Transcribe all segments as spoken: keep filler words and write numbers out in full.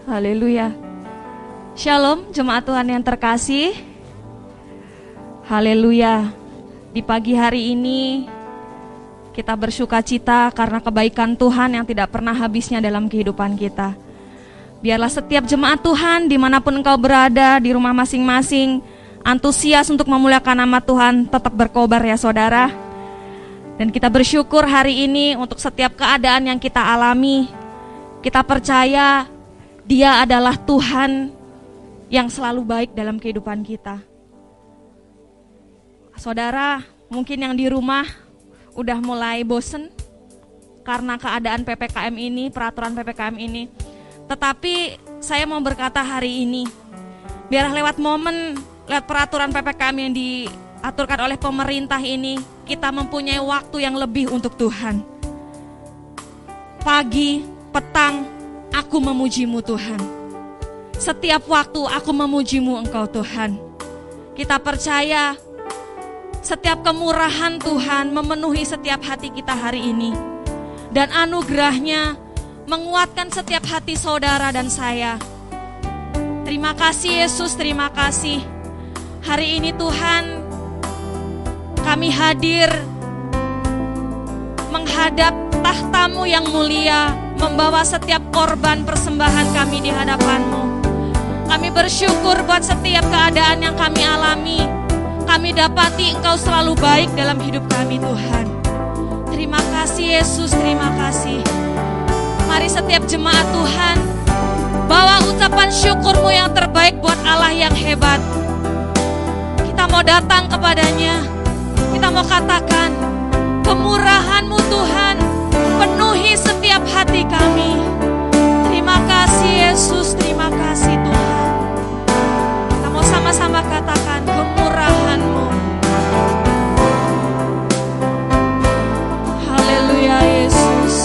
Haleluya. Shalom jemaat Tuhan yang terkasih. Haleluya. Di pagi hari ini kita bersuka cita karena kebaikan Tuhan yang tidak pernah habisnya dalam kehidupan kita. Biarlah setiap jemaat Tuhan dimanapun engkau berada, di rumah masing-masing, antusias untuk memuliakan nama Tuhan tetap berkobar ya saudara. Dan kita bersyukur hari ini untuk setiap keadaan yang kita alami. Kita percaya Dia adalah Tuhan yang selalu baik dalam kehidupan kita. Saudara, mungkin yang di rumah udah mulai bosen karena keadaan P P K M ini, peraturan P P K M ini. Tetapi saya mau berkata hari ini, biarlah lewat momen, lewat peraturan P P K M yang diaturkan oleh pemerintah ini, kita mempunyai waktu yang lebih untuk Tuhan. Pagi, petang, aku memujimu Tuhan. Setiap waktu aku memujimu Engkau Tuhan. Kita percaya setiap kemurahan Tuhan memenuhi setiap hati kita hari ini. Dan anugerahnya menguatkan setiap hati saudara dan saya. Terima kasih Yesus, terima kasih. Hari ini Tuhan, kami hadir menghadap tahta-Mu yang mulia, membawa setiap korban persembahan kami di hadapan-Mu. Kami bersyukur buat setiap keadaan yang kami alami. Kami dapati Engkau selalu baik dalam hidup kami Tuhan. Terima kasih Yesus, terima kasih. Mari setiap jemaat Tuhan, bawa ucapan syukur-Mu yang terbaik buat Allah yang hebat. Kita mau datang kepadanya, kita mau katakan, kemurahan-Mu Tuhan penuhi setiap hati kami. Terima kasih Yesus, terima kasih Tuhan. Kita mau sama-sama katakan kemurahan-Mu. Haleluya Yesus.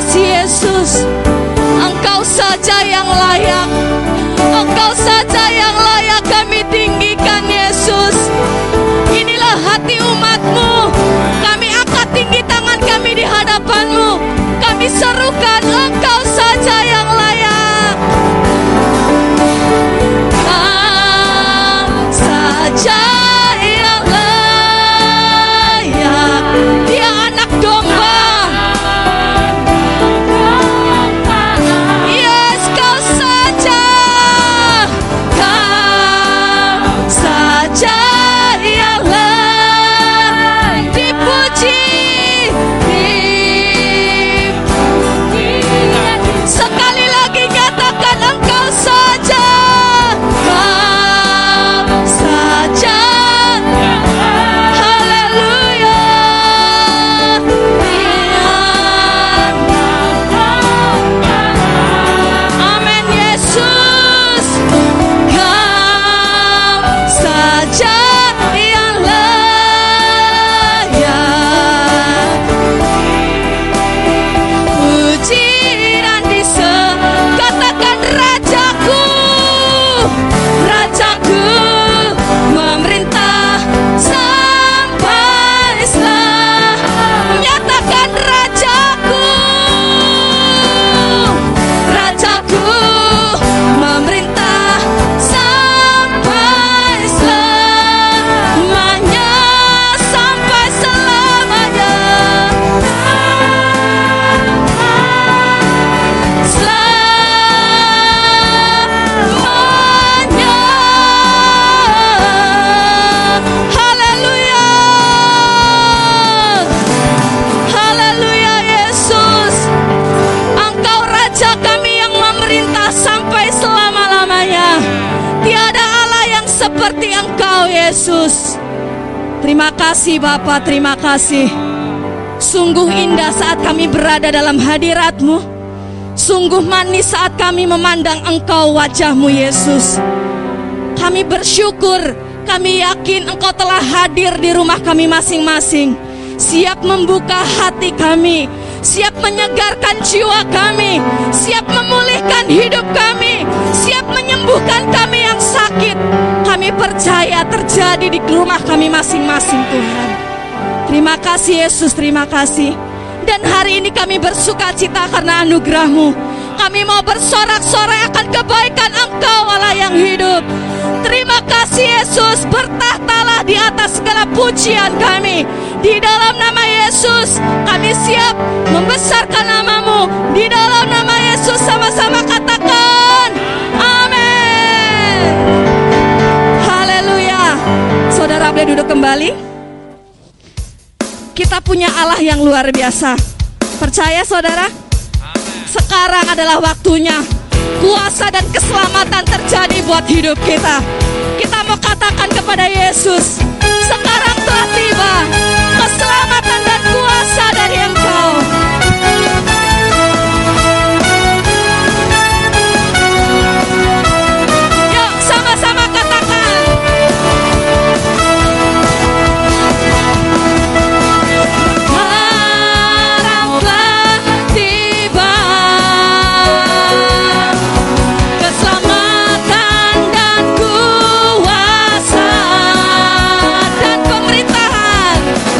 kasih Yesus. Engkau saja yang layak, Engkau saja yang layak kami tinggikan Yesus. Inilah hati umat-Mu. Kami angkat tinggi tangan kami di hadapan-Mu. Kami serukan Engkau saja yang layak. Engkau saja yang layak. Dia anak domba. Yes, Kau saja. Kau saja yang layak. Dipuji. Sekali lagi nyatakan Engkau saja. Kau saja. Haleluya. Amin Yesus. Kau saja yang layak. Puji dan disembah. Katakan Rajaku, Rajaku memerintah sampai selamanya. Nyatakan Rajaku, Rajaku memerintah sampai selamanya, sampai selamanya. Selamanya. Haleluya. Haleluya Yesus. Engkau Raja kami yang memerintah sampai selama-lamanya. Tiada Allah yang seperti Engkau Yesus. Terima kasih Bapa, terima kasih. Sungguh indah saat kami berada dalam hadirat-Mu. Sungguh manis saat kami memandang Engkau, wajah-Mu Yesus. Kami bersyukur, kami yakin Engkau telah hadir di rumah kami masing-masing. Siap membuka hati kami, siap menyegarkan jiwa kami, siap memulihkan hidup kami, siap menyembuhkan kami yang sakit. Kami percaya terjadi di rumah kami masing-masing Tuhan. Terima kasih Yesus, terima kasih. Dan hari ini kami bersuka cita karena anugerah-Mu. Kami mau bersorak-sorai akan kebaikan Engkau Allah yang hidup. Terima kasih Yesus, bertahtalah di atas segala pujian kami. Di dalam nama Yesus kami siap membesarkan nama-Mu. Di dalam nama Yesus sama-sama katakan amin. Haleluya. Saudara boleh duduk kembali. Kita punya Allah yang luar biasa. Percaya saudara? Sekarang adalah waktunya kuasa dan keselamatan terjadi buat hidup kita. Kita mau katakan kepada Yesus, sekarang telah tiba keselamatan dan kuasa dari Engkau. Yuk sama-sama katakan. Keselamatan dan kuasa dan pemerintahan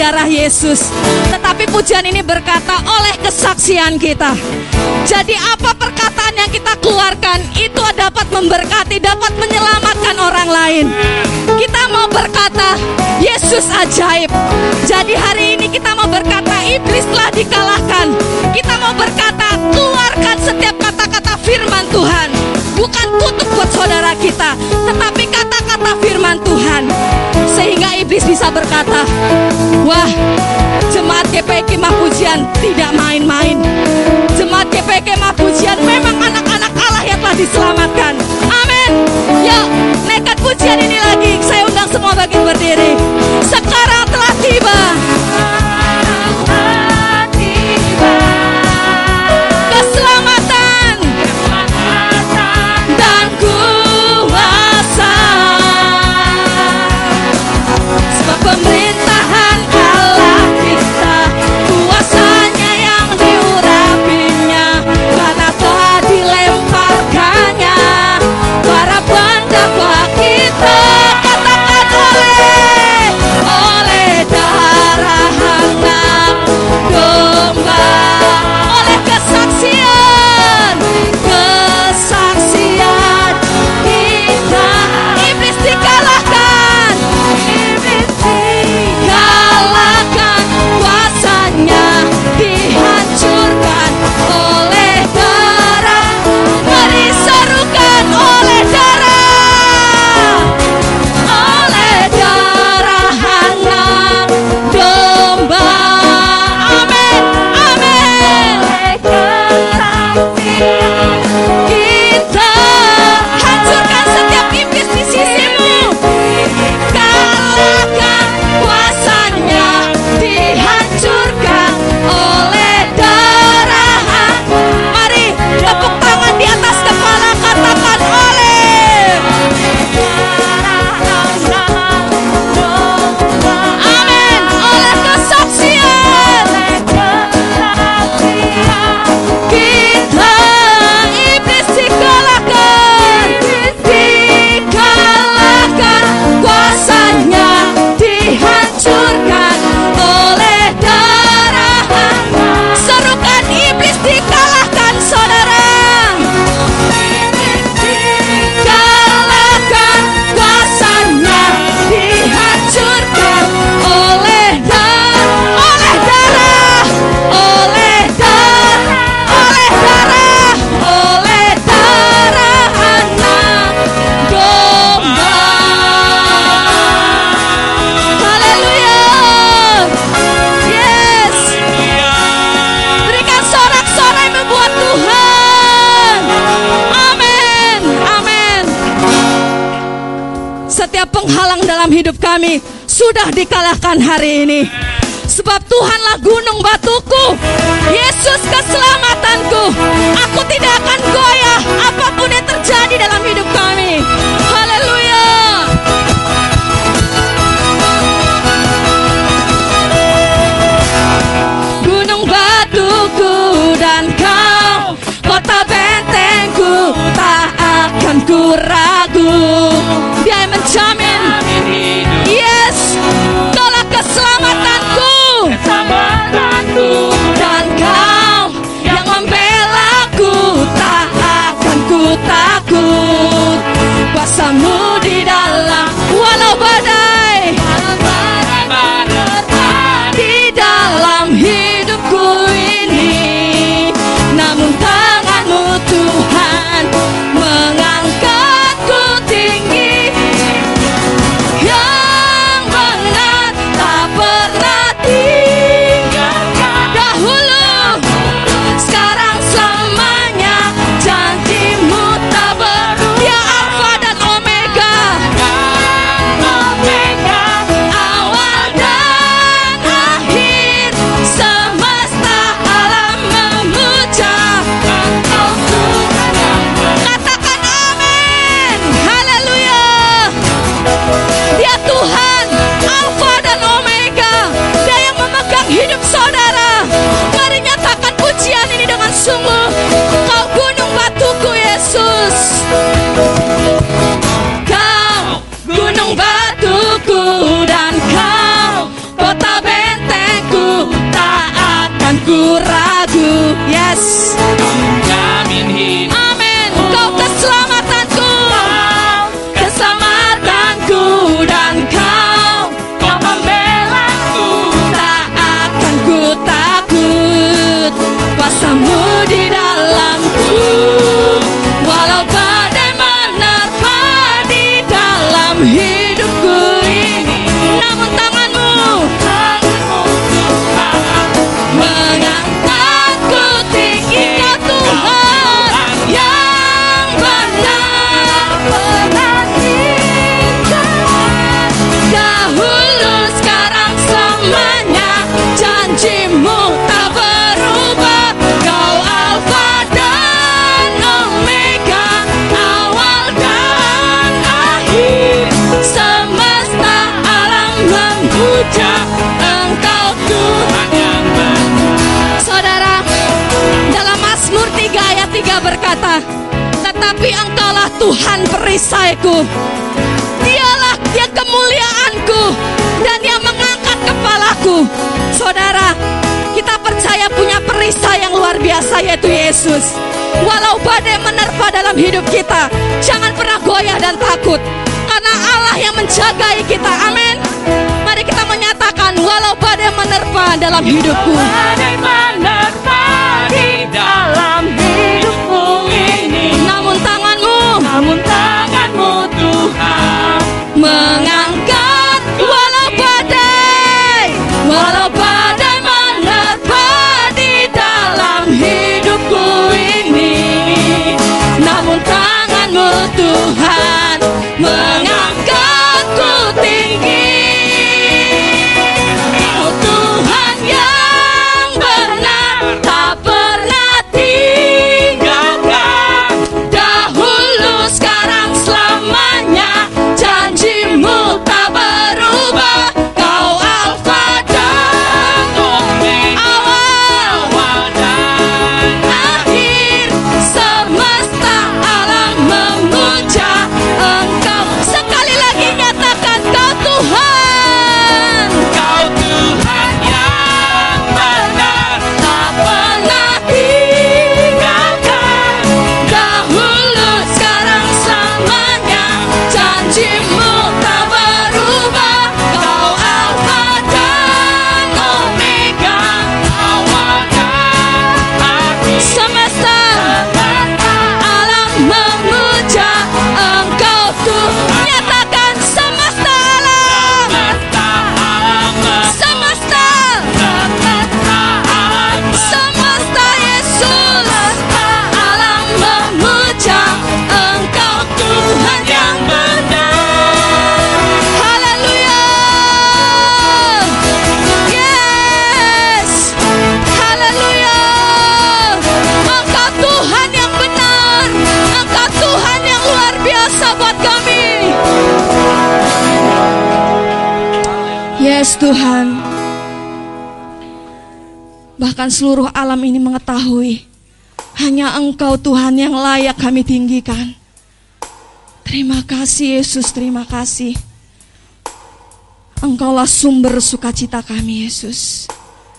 darah Yesus. Tetapi pujian ini berkata oleh kesaksian kita. Jadi apa perkataan yang kita keluarkan itu dapat memberkati, dapat menyelamatkan orang lain. Kita mau berkata Yesus ajaib. Jadi hari ini kita mau berkata iblis telah dikalahkan. Kita mau berkata keluarkan setiap kata-kata firman Tuhan. Bukan kutuk buat saudara kita, tetapi kata-kata firman Tuhan. Sehingga iblis bisa berkata, wah, jemaat G P I Kemah Pujian tidak main-main. Jemaat G P I Kemah Pujian memang anak-anak Allah yang telah diselamatkan. Amin. Yuk, nekat pujian ini lagi. Saya undang semua bagian berdiri. Sekarang telah tiba. Keselamatan dan kuasa. Sebab pemerintahan Allah kita, kuasanya yang diurapinya, karena telah dilemparkannya para pendakwa kita. Katakan oleh oleh darah anak domba, oleh kesaksian kesaksian kita, iblis dikalahkan, iblis dikalahkan, kuasanya dihancurkan oleh darah. Mari serukan oleh darah, oleh darah anak domba. Amin, amin. Kita hancurkan setiap iblis di sisimu, kalahkan kuasanya, dihancurkan oleh darah. Mari tepuk tangan di atas kepala, katakan oleh. Amin, oleh kesaksian kita, iblis dikalahkan, dikalahkan, kuasanya dihancurkan oleh darah. Serukan iblis dikalahkan, saudara. Dikalahkan, kuasanya dihancurkan oleh darah, oleh darah, oleh darah, oleh darah, oleh darah anak domba. Haleluya. Yes. Berikan sorak-sorai membuat Tuhan. Amin. Amin. Setiap penghalang dalam hidup kami sudah dikalahkan hari ini. Sebab Tuhanlah gunung batuku, Yesus keselamatanku. Aku tidak akan goyah apapun yang terjadi dalam hidup kami. Haleluya. Gunung batuku dan kau, kota bentengku, tak akan ku ragu. Dia yang menjamin, yes, kaulah keselamatanku, dan kau yang membelaku, tak akan ku takut. Kuasamu di dalam walau badai, di dalam hidupku ini, namun tanganmu Tuhan mengangkatku tinggi. teguh. Yes. Jamin hidup. Amin. Kau keselamatanku, keselamatanku, dan kau, Kau membelaku. tak akan ku takut. Kuasamu di dalamku, walau badai menerpa di dalam hidupku ini. Namun tanganmu mengangkatku tinggi, Kau Tuhan yang benar. Perhatikan dahulu, sekarang, selamanya. Janjimu tak berubah. Kau Alfa dan Omega, awal dan akhir. Semesta alam memuja Engkau Tuhan yang benar. Saudara, dalam Mazmur tiga ayat tiga berkata, tetapi Engkaulah Tuhan perisaiku, Dialah yang kemuliaanku dan yang mengangkat kepalaku. Saudara, kita percaya punya perisai yang luar biasa, yaitu Yesus. Walau badai menerpa dalam hidup kita, jangan pernah goyah dan takut, karena Allah yang menjagai kita. Amin. Mari kita menyatakan, walau badai menerpa dalam hidupku, Badai menerpa di dalam hidupku ini, namun tanganmu namun tanganmu Tuhan mengangkat. Walau badai, walau badai menerpa di dalam hidupku ini, namun tanganmu Tuhan mengangkatku tinggi. Kau Tuhan yang benar, tak pernah tinggalkan. Dahulu, sekarang, selamanya. Janjimu tak berubah. Kau Alfa dan awal dan akhir. Semesta alam memuja Engkau. Sekali lagi nyatakan, Kau Tuhan, Kau Tuhan yang benar, tak pernah tinggalkan. Dahulu, sekarang, selamanya. Janjimu tak berubah. Kau Alfa dan Omega, awal dan akhir. semesta alam memuja Engkau Tuhan. Nyatakan, semesta alam, Semesta alam, semesta, semesta alam, semesta Yesus, alam memuja Engkau Tuhan yang benar. Haleluya. Yes. Haleluya. Engkau Tuhan yang benar. Engkau Tuhan yang luar biasa buat kami. Yes Tuhan. Bahkan seluruh alam ini mengetahui hanya Engkau Tuhan yang layak kami tinggikan. Terima kasih Yesus, terima kasih. Engkaulah sumber sukacita kami Yesus.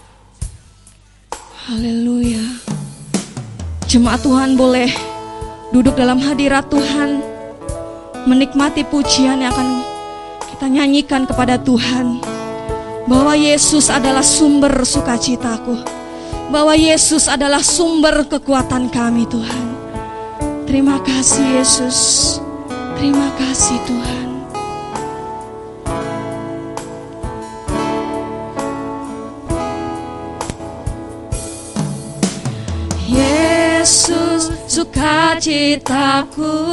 Haleluya. Jemaat Tuhan boleh duduk dalam hadirat Tuhan, menikmati pujian yang akan kita nyanyikan kepada Tuhan. Bahwa Yesus adalah sumber sukacitaku, bahwa Yesus adalah sumber kekuatan kami Tuhan. Terima kasih Yesus, terima kasih Tuhan. Yesus sukacitaku,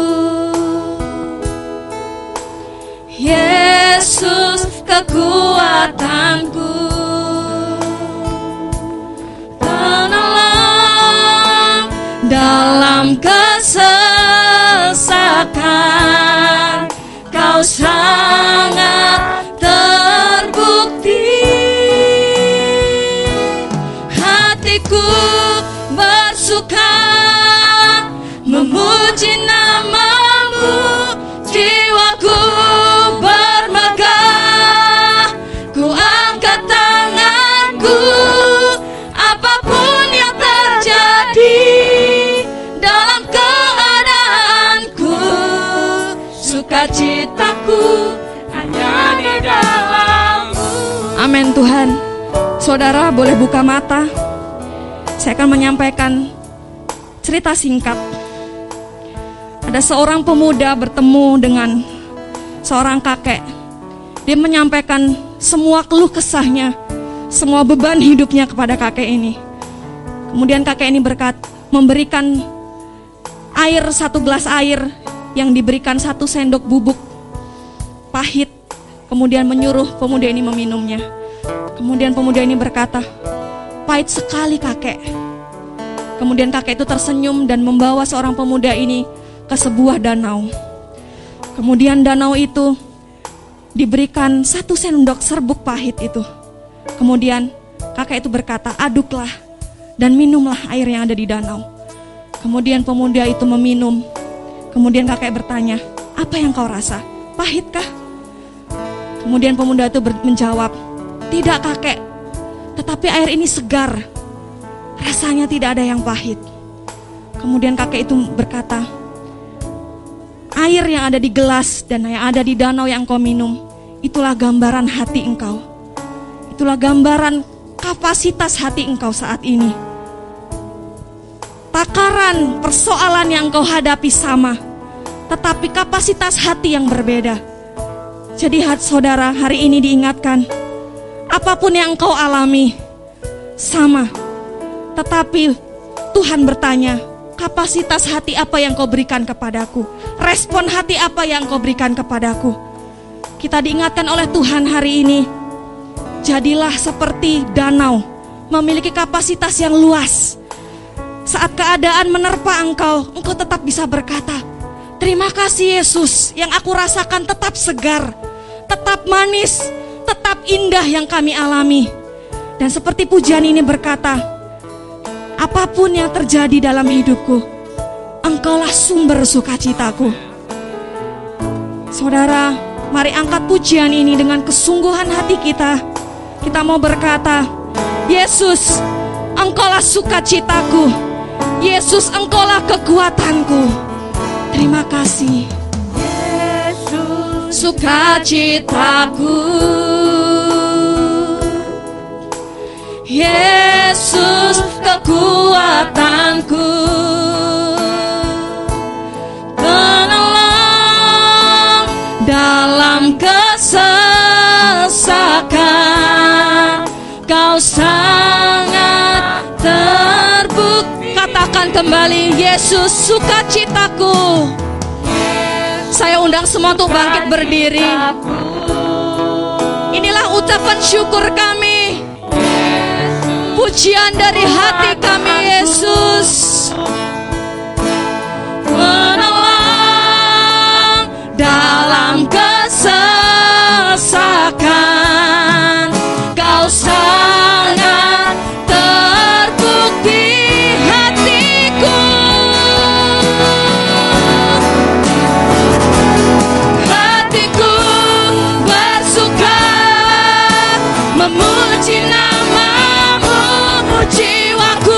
Yesus kekuatanku, penolong dalam kesesakan. Kau sangat terbukti, hatiku bersuka memuji namamu, jiwaku bermegah, ku angkat tanganku, apapun hati dalam keadaanku, sukacitaku hanya di dalam-Mu. Amin Tuhan. Saudara boleh buka mata. Saya akan menyampaikan cerita singkat. Ada seorang pemuda bertemu dengan seorang kakek. Dia menyampaikan semua keluh kesahnya, semua beban hidupnya kepada kakek ini. Kemudian kakek ini berkat, memberikan air, satu gelas air yang diberikan satu sendok bubuk pahit. Kemudian menyuruh pemuda ini meminumnya. Kemudian pemuda ini berkata, pahit sekali kakek. Kemudian kakek itu tersenyum dan membawa seorang pemuda ini ke sebuah danau. Kemudian danau itu diberikan satu sendok serbuk pahit itu. Kemudian kakek itu berkata, aduklah dan minumlah air yang ada di danau. Kemudian pemuda itu meminum. Kemudian kakek bertanya, apa yang kau rasa? Pahitkah? Kemudian pemuda itu menjawab, tidak kakek, tetapi air ini segar. Rasanya tidak ada yang pahit. Kemudian kakek itu berkata, air yang ada di gelas dan yang ada di danau yang engkau minum, itulah gambaran hati engkau. Itulah gambaran kapasitas hati engkau saat ini. Takaran persoalan yang engkau hadapi sama, tetapi kapasitas hati yang berbeda. Jadi saudara, hari ini diingatkan, apapun yang engkau alami sama, tetapi Tuhan bertanya, kapasitas hati apa yang kau berikan kepadaku? Respon hati apa yang kau berikan kepadaku? Kita diingatkan oleh Tuhan hari ini, jadilah seperti danau, memiliki kapasitas yang luas. Saat keadaan menerpa engkau, engkau tetap bisa berkata, terima kasih Yesus, yang aku rasakan tetap segar, tetap manis, tetap indah yang kami alami. Dan seperti pujian ini berkata, apapun yang terjadi dalam hidupku, engkaulah sumber sukacitaku. Saudara, mari angkat pujian ini dengan kesungguhan hati kita. Kita mau berkata, Yesus, engkaulah sukacitaku. Yesus, engkaulah kekuatanku. Terima kasih. Yesus, sukacitaku. Yesus, kekuatanku. Penolong dalam kesesakan, kau sangat terbukti. Katakan kembali, Yesus, sukacitaku. Saya undang semua untuk bangkit berdiri. Inilah ucapan syukur kami, pujian dari hati kami, Yesus. Menolong dalam kesesakan, kau sangat terbukti hatiku. Hatiku bersuka memuji namamu, jiwaku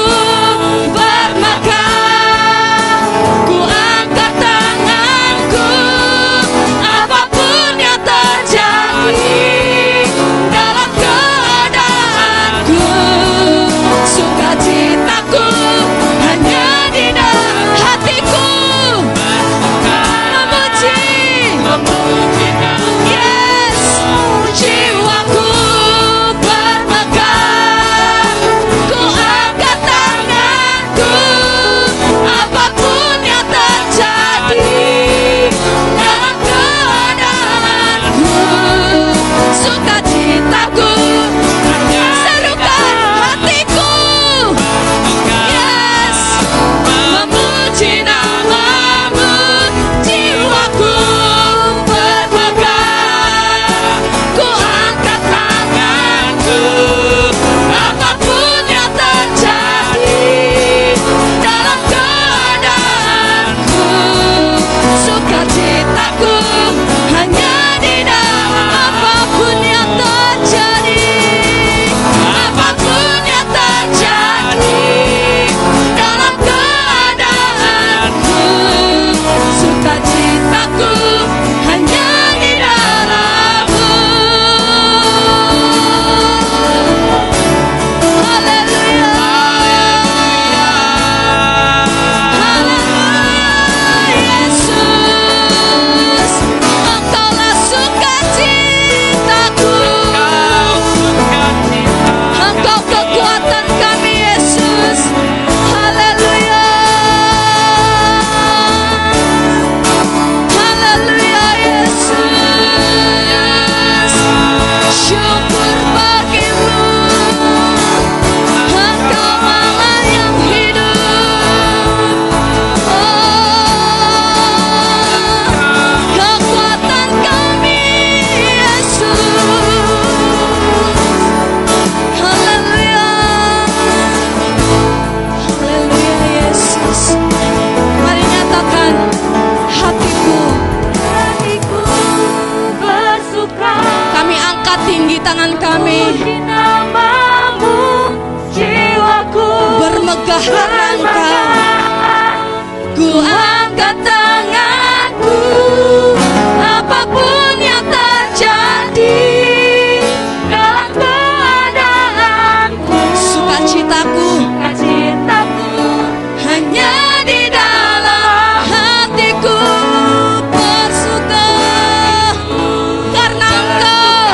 karena Engkau. Ku angkat tanganku, apapun yang terjadi dalam keadaanku. Sukacitaku, sukacitaku hanya di dalam hatiku bersuka karena Engkau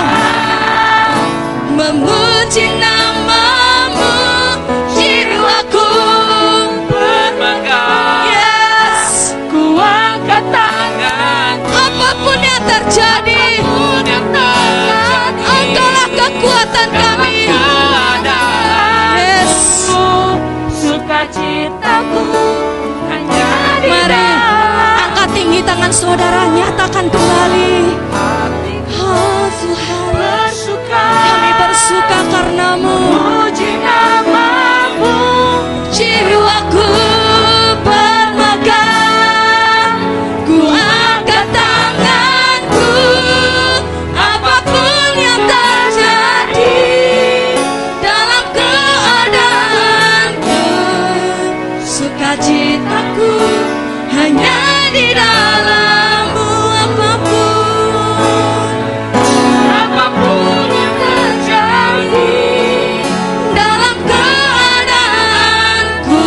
memuji namamu, jiwaku bermegah. yes. Ku angkat tanganku, Apapun yang terjadi, apapun yang terjadi Engkaulah kekuatan kami. keadaan. Yes. Sukacitaku hanya di Mari dalam angkat tinggi tangan saudara, nyatakan kembali. Oh Tuhan, bersuka. kami bersuka karenamu. Puji namamu, Jiwaku bermegah, ku angkat tanganku, apapun yang terjadi dalam keadaanku. Sukacitaku hanya di dalam-Mu, apapun apapun yang terjadi dalam keadaanku.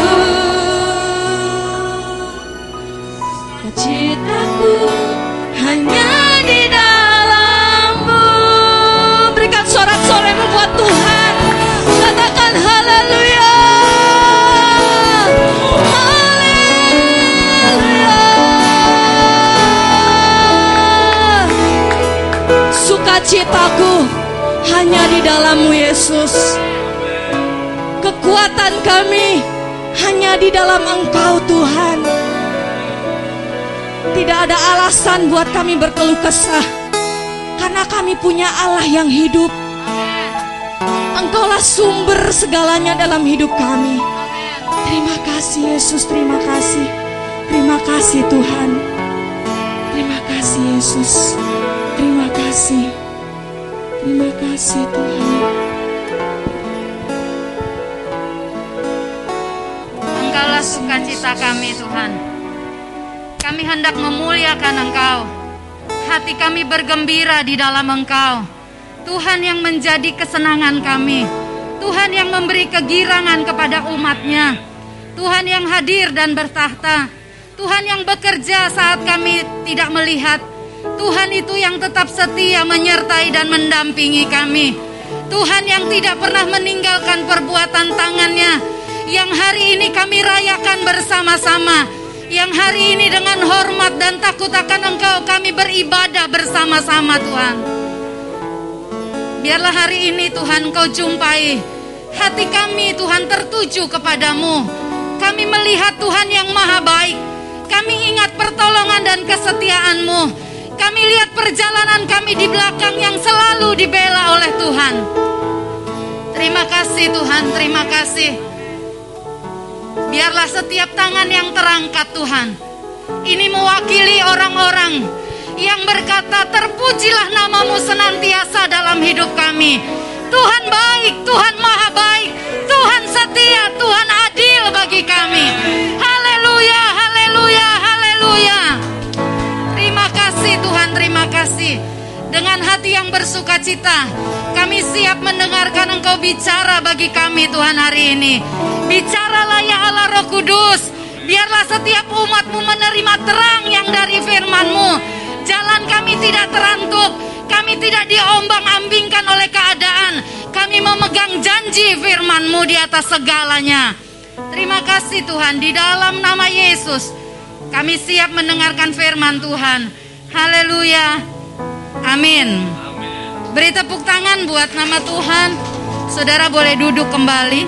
Sukacitaku hanya di dalam-Mu. Berikan sorak-sorai-Mu buat Tuhan. Katakan haleluya. Haleluya. Sukacitaku hanya di dalam-Mu Yesus. Kekuatan kami hanya di dalam Engkau Tuhan. Tidak ada alasan buat kami berkeluh kesah, karena kami punya Allah yang hidup. Engkaulah sumber segalanya dalam hidup kami. Terima kasih Yesus, terima kasih. Terima kasih Tuhan. Terima kasih Yesus. Terima kasih. Terima kasih Tuhan. Engkaulah sukacita kami Tuhan. Kami hendak memuliakan Engkau. Hati kami bergembira di dalam Engkau. Tuhan yang menjadi kesenangan kami. Tuhan yang memberi kegirangan kepada umat-Nya. Tuhan yang hadir dan bertahta. Tuhan yang bekerja saat kami tidak melihat. Tuhan itu yang tetap setia menyertai dan mendampingi kami. Tuhan yang tidak pernah meninggalkan perbuatan tangan-Nya, yang hari ini kami rayakan bersama-sama, yang hari ini dengan hormat dan takut akan Engkau kami beribadah bersama-sama Tuhan. Biarlah hari ini Tuhan Kau jumpai hati kami Tuhan tertuju kepadamu. Kami melihat Tuhan yang maha baik. Kami ingat pertolongan dan kesetiaan-Mu. Kami lihat perjalanan kami di belakang yang selalu dibela oleh Tuhan. Terima kasih Tuhan, terima kasih. Biarlah setiap tangan yang terangkat Tuhan, ini mewakili orang-orang yang berkata, terpujilah namamu senantiasa dalam hidup kami. Tuhan baik, Tuhan maha baik, Tuhan setia, Tuhan adil bagi kami. Haleluya, haleluya, haleluya. Terima kasih Tuhan, terima kasih. Dengan hati yang bersuka cita, kami siap mendengarkan Engkau bicara bagi kami Tuhan hari ini. Bicaralah ya Allah Roh Kudus. Biarlah setiap umat-Mu menerima terang yang dari firman-Mu. Jalan kami tidak terantuk, kami tidak diombang-ambingkan oleh keadaan. Kami memegang janji firman-Mu di atas segalanya. Terima kasih Tuhan, di dalam nama Yesus kami siap mendengarkan firman Tuhan. Haleluya. Amin. Beri tepuk tangan buat nama Tuhan. Saudara boleh duduk kembali.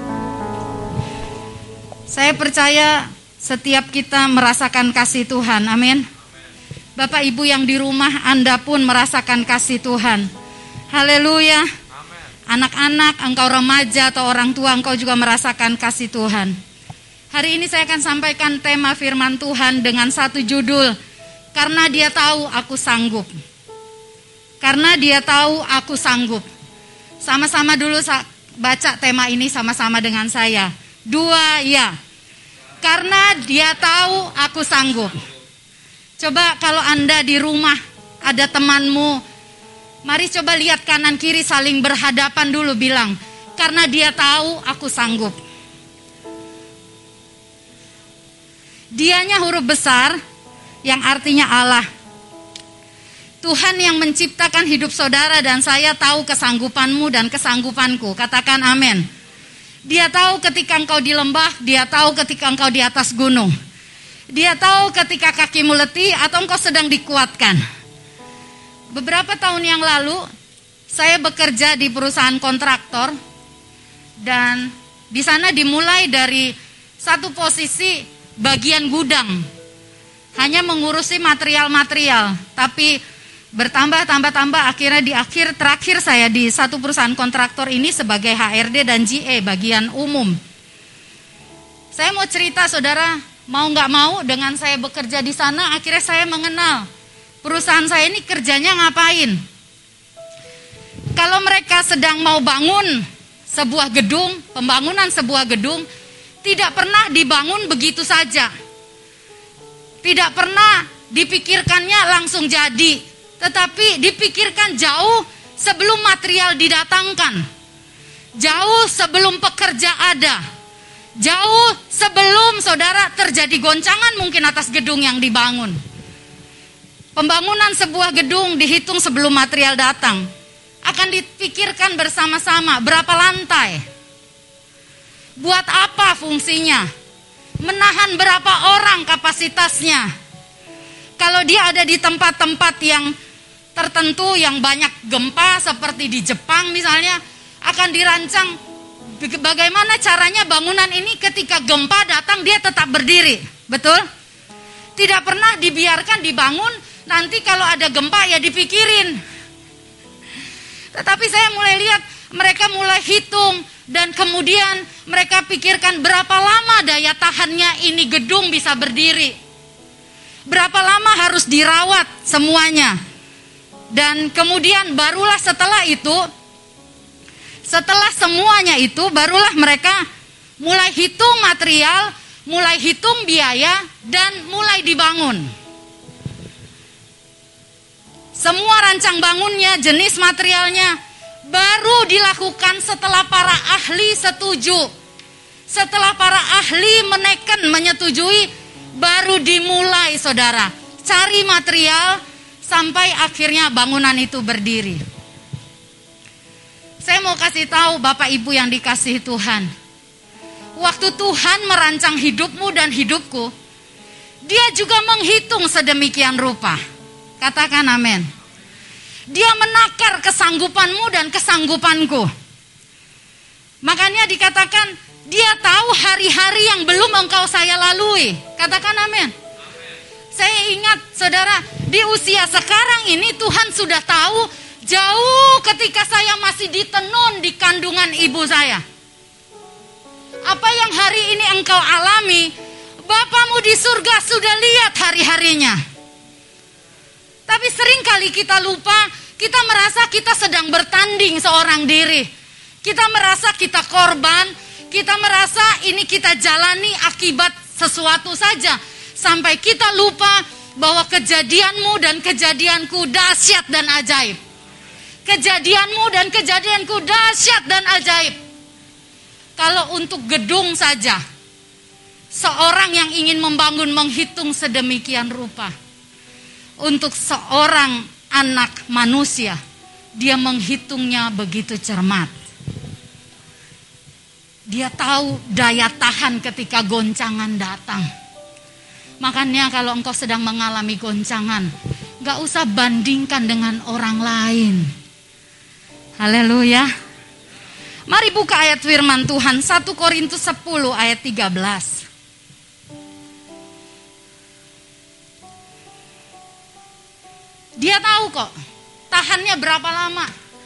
Saya percaya setiap kita merasakan kasih Tuhan. Amin. Bapak Ibu yang di rumah, Anda pun merasakan kasih Tuhan. Haleluya. Anak-anak, engkau remaja atau orang tua, engkau juga merasakan kasih Tuhan. Hari ini saya akan sampaikan tema firman Tuhan dengan satu judul, karena Dia tahu aku sanggup. Karena Dia tahu aku sanggup. Sama-sama dulu baca tema ini sama-sama dengan saya. dua, ya. Karena dia tahu aku sanggup. Coba kalau Anda di rumah ada temanmu, mari coba lihat kanan kiri saling berhadapan dulu, bilang, karena dia tahu aku sanggup. Dianya huruf besar yang artinya Allah. Tuhan yang menciptakan hidup saudara dan saya tahu kesanggupanmu dan kesanggupanku. Katakan amin. Dia tahu ketika engkau di lembah, dia tahu ketika engkau di atas gunung. Dia tahu ketika kakimu letih atau engkau sedang dikuatkan. Beberapa tahun yang lalu, saya bekerja di perusahaan kontraktor. Dan di sana dimulai dari satu posisi bagian gudang. Hanya mengurusi material-material. Tapi bertambah-tambah-tambah, akhirnya di akhir terakhir saya di satu perusahaan kontraktor ini sebagai H R D dan G E bagian umum. Saya mau cerita saudara, mau nggak mau dengan saya bekerja di sana, akhirnya saya mengenal perusahaan saya ini kerjanya ngapain. Kalau mereka sedang mau bangun sebuah gedung, pembangunan sebuah gedung, tidak pernah dibangun begitu saja. Tidak pernah dipikirkannya langsung jadi. Tetapi dipikirkan jauh sebelum material didatangkan. Jauh sebelum pekerja ada. Jauh sebelum saudara terjadi goncangan mungkin atas gedung yang dibangun. Pembangunan sebuah gedung dihitung sebelum material datang. Akan dipikirkan bersama-sama berapa lantai. Buat apa fungsinya? Menahan berapa orang kapasitasnya? Kalau dia ada di tempat-tempat yang tertentu yang banyak gempa seperti di Jepang misalnya, akan dirancang bagaimana caranya bangunan ini ketika gempa datang dia tetap berdiri. Betul? Tidak pernah dibiarkan dibangun nanti kalau ada gempa ya dipikirin. Tetapi saya mulai lihat mereka mulai hitung dan kemudian mereka pikirkan berapa lama daya tahannya ini gedung bisa berdiri. Berapa lama harus dirawat semuanya. Dan kemudian barulah setelah itu, setelah semuanya itu, barulah mereka mulai hitung material, mulai hitung biaya, dan mulai dibangun. Semua rancang bangunnya, jenis materialnya, baru dilakukan setelah para ahli setuju. Setelah para ahli meneken, menyetujui, baru dimulai saudara. Cari material, sampai akhirnya bangunan itu berdiri. Saya mau kasih tahu Bapak Ibu yang dikasihi Tuhan. Waktu Tuhan merancang hidupmu dan hidupku, Dia juga menghitung sedemikian rupa. Katakan amin. Dia menakar kesanggupanmu dan kesanggupanku. Makanya dikatakan, Dia tahu hari-hari yang belum engkau saya lalui. Katakan amin. Saya ingat saudara, di usia sekarang ini Tuhan sudah tahu jauh ketika saya masih ditenun di kandungan ibu saya. Apa yang hari ini engkau alami, Bapamu di surga sudah lihat hari-harinya. Tapi seringkali kita lupa, kita merasa kita sedang bertanding seorang diri. Kita merasa kita korban, kita merasa ini kita jalani akibat sesuatu saja. Sampai kita lupa bahwa kejadianmu dan kejadianku dahsyat dan ajaib. Kejadianmu dan kejadianku dahsyat dan ajaib. Kalau untuk gedung saja, seorang yang ingin membangun menghitung sedemikian rupa. Untuk seorang anak manusia, dia menghitungnya begitu cermat. Dia tahu daya tahan ketika goncangan datang. Makanya kalau engkau sedang mengalami goncangan, gak usah bandingkan dengan orang lain. Haleluya. Mari buka ayat firman Tuhan, satu Korintus sepuluh ayat tiga belas. Dia tahu kok, tahannya berapa lama.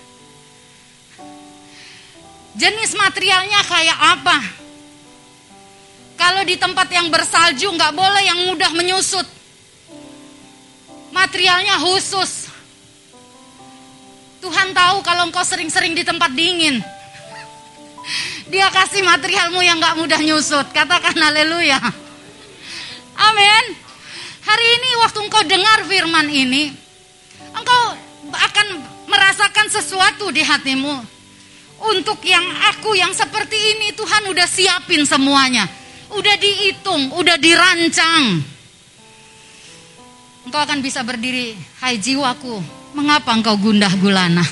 Jenis materialnya kayak apa. Kalau di tempat yang bersalju nggak boleh yang mudah menyusut. Materialnya khusus. Tuhan tahu kalau engkau sering-sering di tempat dingin. Dia kasih materialmu yang gak mudah nyusut. Katakan haleluya. Amin. Hari ini waktu engkau dengar firman ini, engkau akan merasakan sesuatu di hatimu. Untuk yang aku yang seperti ini, Tuhan udah siapin semuanya. Udah dihitung, udah dirancang. Engkau akan bisa berdiri. Hai jiwaku, mengapa engkau gundah gulana?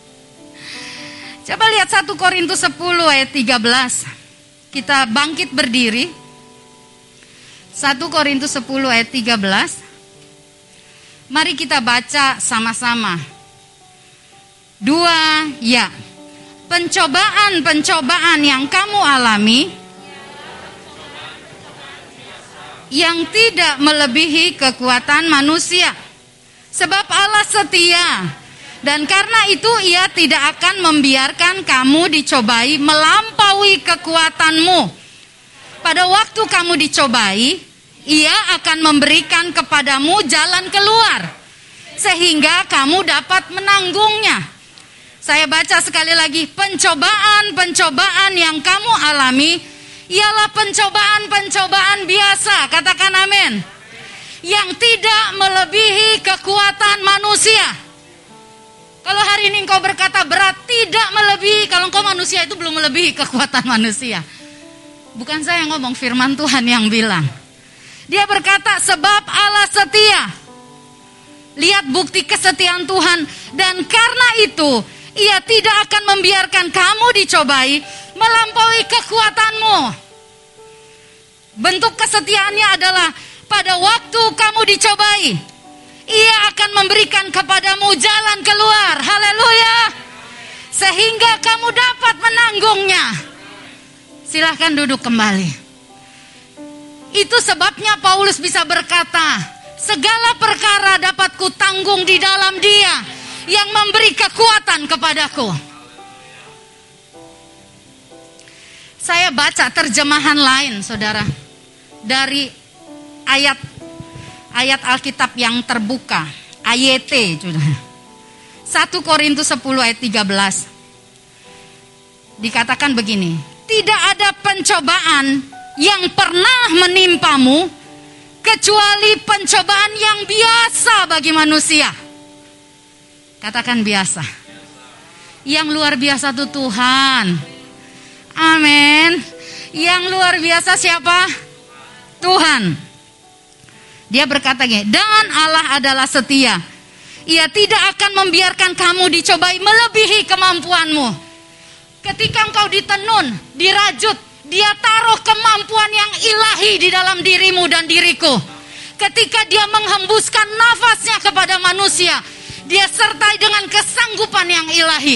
Coba lihat satu Korintus sepuluh ayat tiga belas. Kita bangkit berdiri. satu Korintus sepuluh ayat tiga belas. Mari kita baca sama-sama. Dua, ya. Pencobaan-pencobaan yang kamu alami, yang tidak melebihi kekuatan manusia. Sebab Allah setia, dan karena itu Ia tidak akan membiarkan kamu dicobai melampaui kekuatanmu. Pada waktu kamu dicobai, Ia akan memberikan kepadamu jalan keluar, sehingga kamu dapat menanggungnya. Saya baca sekali lagi, pencobaan-pencobaan yang kamu alami ialah pencobaan-pencobaan biasa. Katakan amin. Yang tidak melebihi kekuatan manusia. Kalau hari ini engkau berkata berat, tidak melebihi. Kalau engkau manusia itu belum melebihi kekuatan manusia. Bukan saya yang ngomong, firman Tuhan yang bilang. Dia berkata, sebab Allah setia. Lihat bukti kesetiaan Tuhan. Dan karena itu, Ia tidak akan membiarkan kamu dicobai melampaui kekuatanmu. Bentuk kesetiaannya adalah pada waktu kamu dicobai, Ia akan memberikan kepadamu jalan keluar. Haleluya. Sehingga kamu dapat menanggungnya. Silahkan duduk kembali. Itu sebabnya Paulus bisa berkata, segala perkara dapat kutanggung di dalam Dia yang memberi kekuatan kepadaku. Saya baca terjemahan lain, saudara, dari ayat ayat Alkitab yang terbuka, A Y T, satu Korintus sepuluh ayat tiga belas. Dikatakan begini, tidak ada pencobaan yang pernah menimpamu kecuali pencobaan yang biasa bagi manusia. Katakan biasa. Yang luar biasa itu Tuhan. Amin. Yang luar biasa siapa? Tuhan. Dia berkata gini, dan Allah adalah setia. Ia tidak akan membiarkan kamu dicobai melebihi kemampuanmu. Ketika engkau ditenun, dirajut, Dia taruh kemampuan yang ilahi di dalam dirimu dan diriku. Ketika Dia menghembuskan nafasnya kepada manusia, Dia sertai dengan kesanggupan yang ilahi.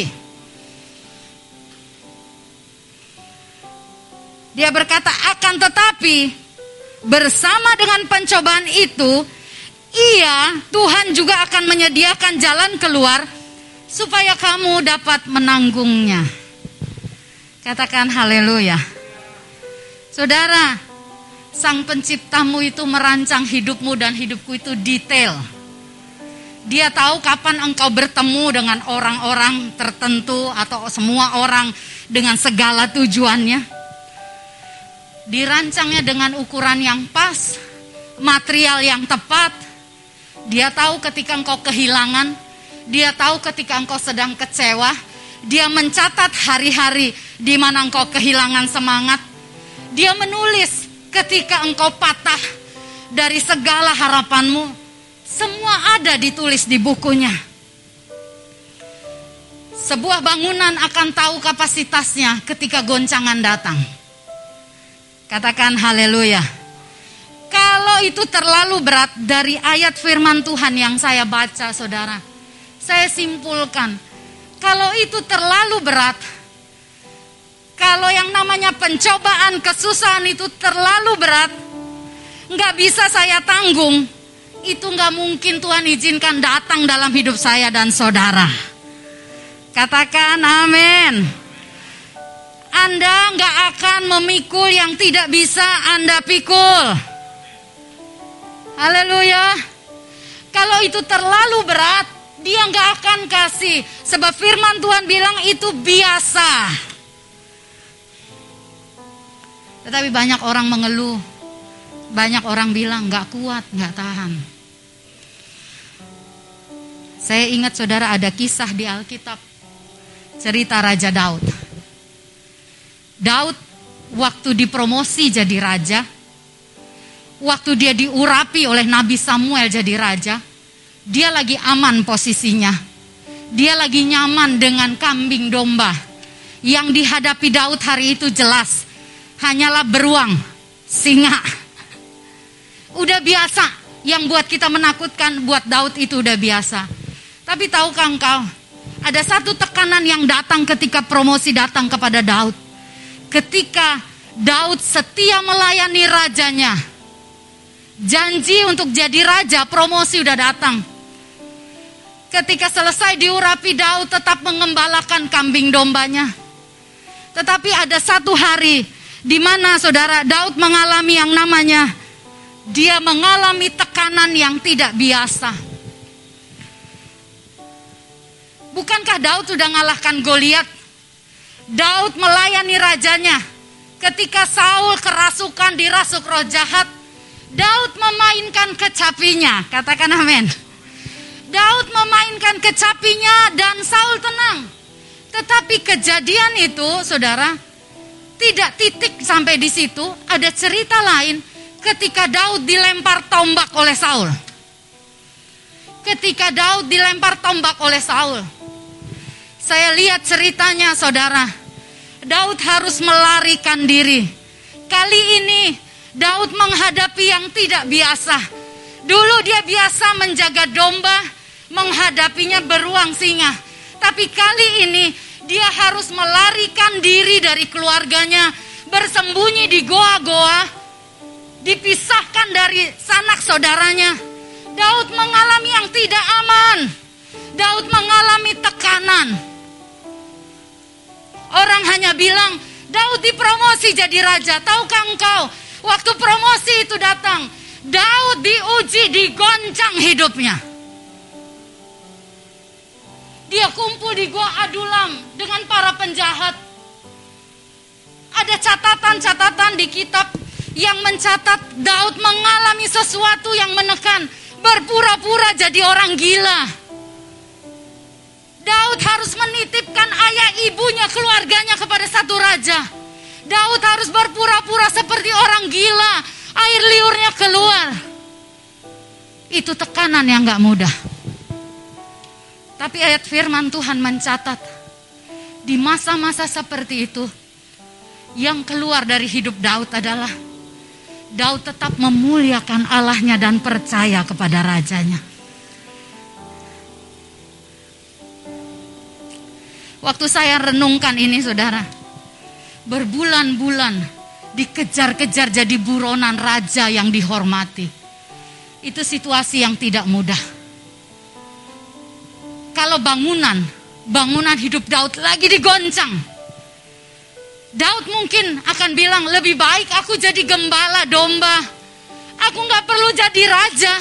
Dia berkata, akan tetapi bersama dengan pencobaan itu, Ia, Tuhan juga akan menyediakan jalan keluar supaya kamu dapat menanggungnya. Katakan haleluya. Saudara, Sang Penciptamu itu merancang hidupmu dan hidupku itu detail. Dia tahu kapan engkau bertemu dengan orang-orang tertentu atau semua orang dengan segala tujuannya. Dirancangnya dengan ukuran yang pas, material yang tepat. Dia tahu ketika engkau kehilangan, Dia tahu ketika engkau sedang kecewa. Dia mencatat hari-hari di mana engkau kehilangan semangat. Dia menulis ketika engkau patah dari segala harapanmu. Semua ada ditulis di bukunya. Sebuah bangunan akan tahu kapasitasnya ketika goncangan datang. Katakan haleluya. Kalau itu terlalu berat dari ayat firman Tuhan yang saya baca, saudara, saya simpulkan, kalau itu terlalu berat, kalau yang namanya pencobaan, kesusahan itu terlalu berat, nggak bisa saya tanggung, itu nggak mungkin Tuhan izinkan datang dalam hidup saya dan saudara. Katakan amin. Anda nggak akan memikul yang tidak bisa Anda pikul. Haleluya. Kalau itu terlalu berat, Dia nggak akan kasih. Sebab firman Tuhan bilang itu biasa. Tetapi banyak orang mengeluh, banyak orang bilang gak kuat, gak tahan. Saya ingat saudara ada kisah di Alkitab, cerita Raja Daud. Daud waktu dipromosi jadi raja, waktu dia diurapi oleh Nabi Samuel jadi raja, dia lagi aman posisinya. Dia lagi nyaman dengan kambing domba. Yang dihadapi Daud hari itu jelas hanyalah beruang, singa. Udah biasa, yang buat kita menakutkan buat Daud itu udah biasa. Tapi tahukah engkau, ada satu tekanan yang datang ketika promosi datang kepada Daud. Ketika Daud setia melayani rajanya, janji untuk jadi raja, promosi udah datang. Ketika selesai diurapi, Daud tetap mengembalakan kambing dombanya. Tetapi ada satu hari di mana saudara Daud mengalami yang namanya, dia mengalami tekanan yang tidak biasa. Bukankah Daud sudah mengalahkan Goliat? Daud melayani rajanya. Ketika Saul kerasukan, dirasuk roh jahat, Daud memainkan kecapinya. Katakan amin. Daud memainkan kecapinya dan Saul tenang. Tetapi kejadian itu, saudara, tidak titik sampai di situ. Ada cerita lain ketika Daud dilempar tombak oleh Saul. Ketika Daud dilempar tombak oleh Saul, saya lihat ceritanya, saudara. Daud harus melarikan diri. Kali ini Daud menghadapi yang tidak biasa. Dulu dia biasa menjaga domba, menghadapinya beruang singa. Tapi kali ini dia harus melarikan diri dari keluarganya, bersembunyi di goa-goa, dipisahkan dari sanak saudaranya. Daud mengalami yang tidak aman. Daud mengalami tekanan. Orang hanya bilang, Daud dipromosi jadi raja. Tahukah engkau, waktu promosi itu datang, Daud diuji, digoncang hidupnya. Dia kumpul di Gua Adulam dengan para penjahat. Ada catatan-catatan di kitab yang mencatat Daud mengalami sesuatu yang menekan, berpura-pura jadi orang gila. Daud harus menitipkan ayah ibunya, keluarganya kepada satu raja. Daud harus berpura-pura seperti orang gila, air liurnya keluar. Itu tekanan yang gak mudah. Tapi ayat firman Tuhan mencatat, di masa-masa seperti itu, yang keluar dari hidup Daud adalah Daud tetap memuliakan Allahnya dan percaya kepada rajanya. Waktu saya renungkan ini, saudara, berbulan-bulan dikejar-kejar jadi buronan raja yang dihormati. Itu situasi yang tidak mudah. Kalau bangunan, bangunan hidup Daud lagi digoncang, Daud mungkin akan bilang, lebih baik aku jadi gembala domba. Aku gak perlu jadi raja.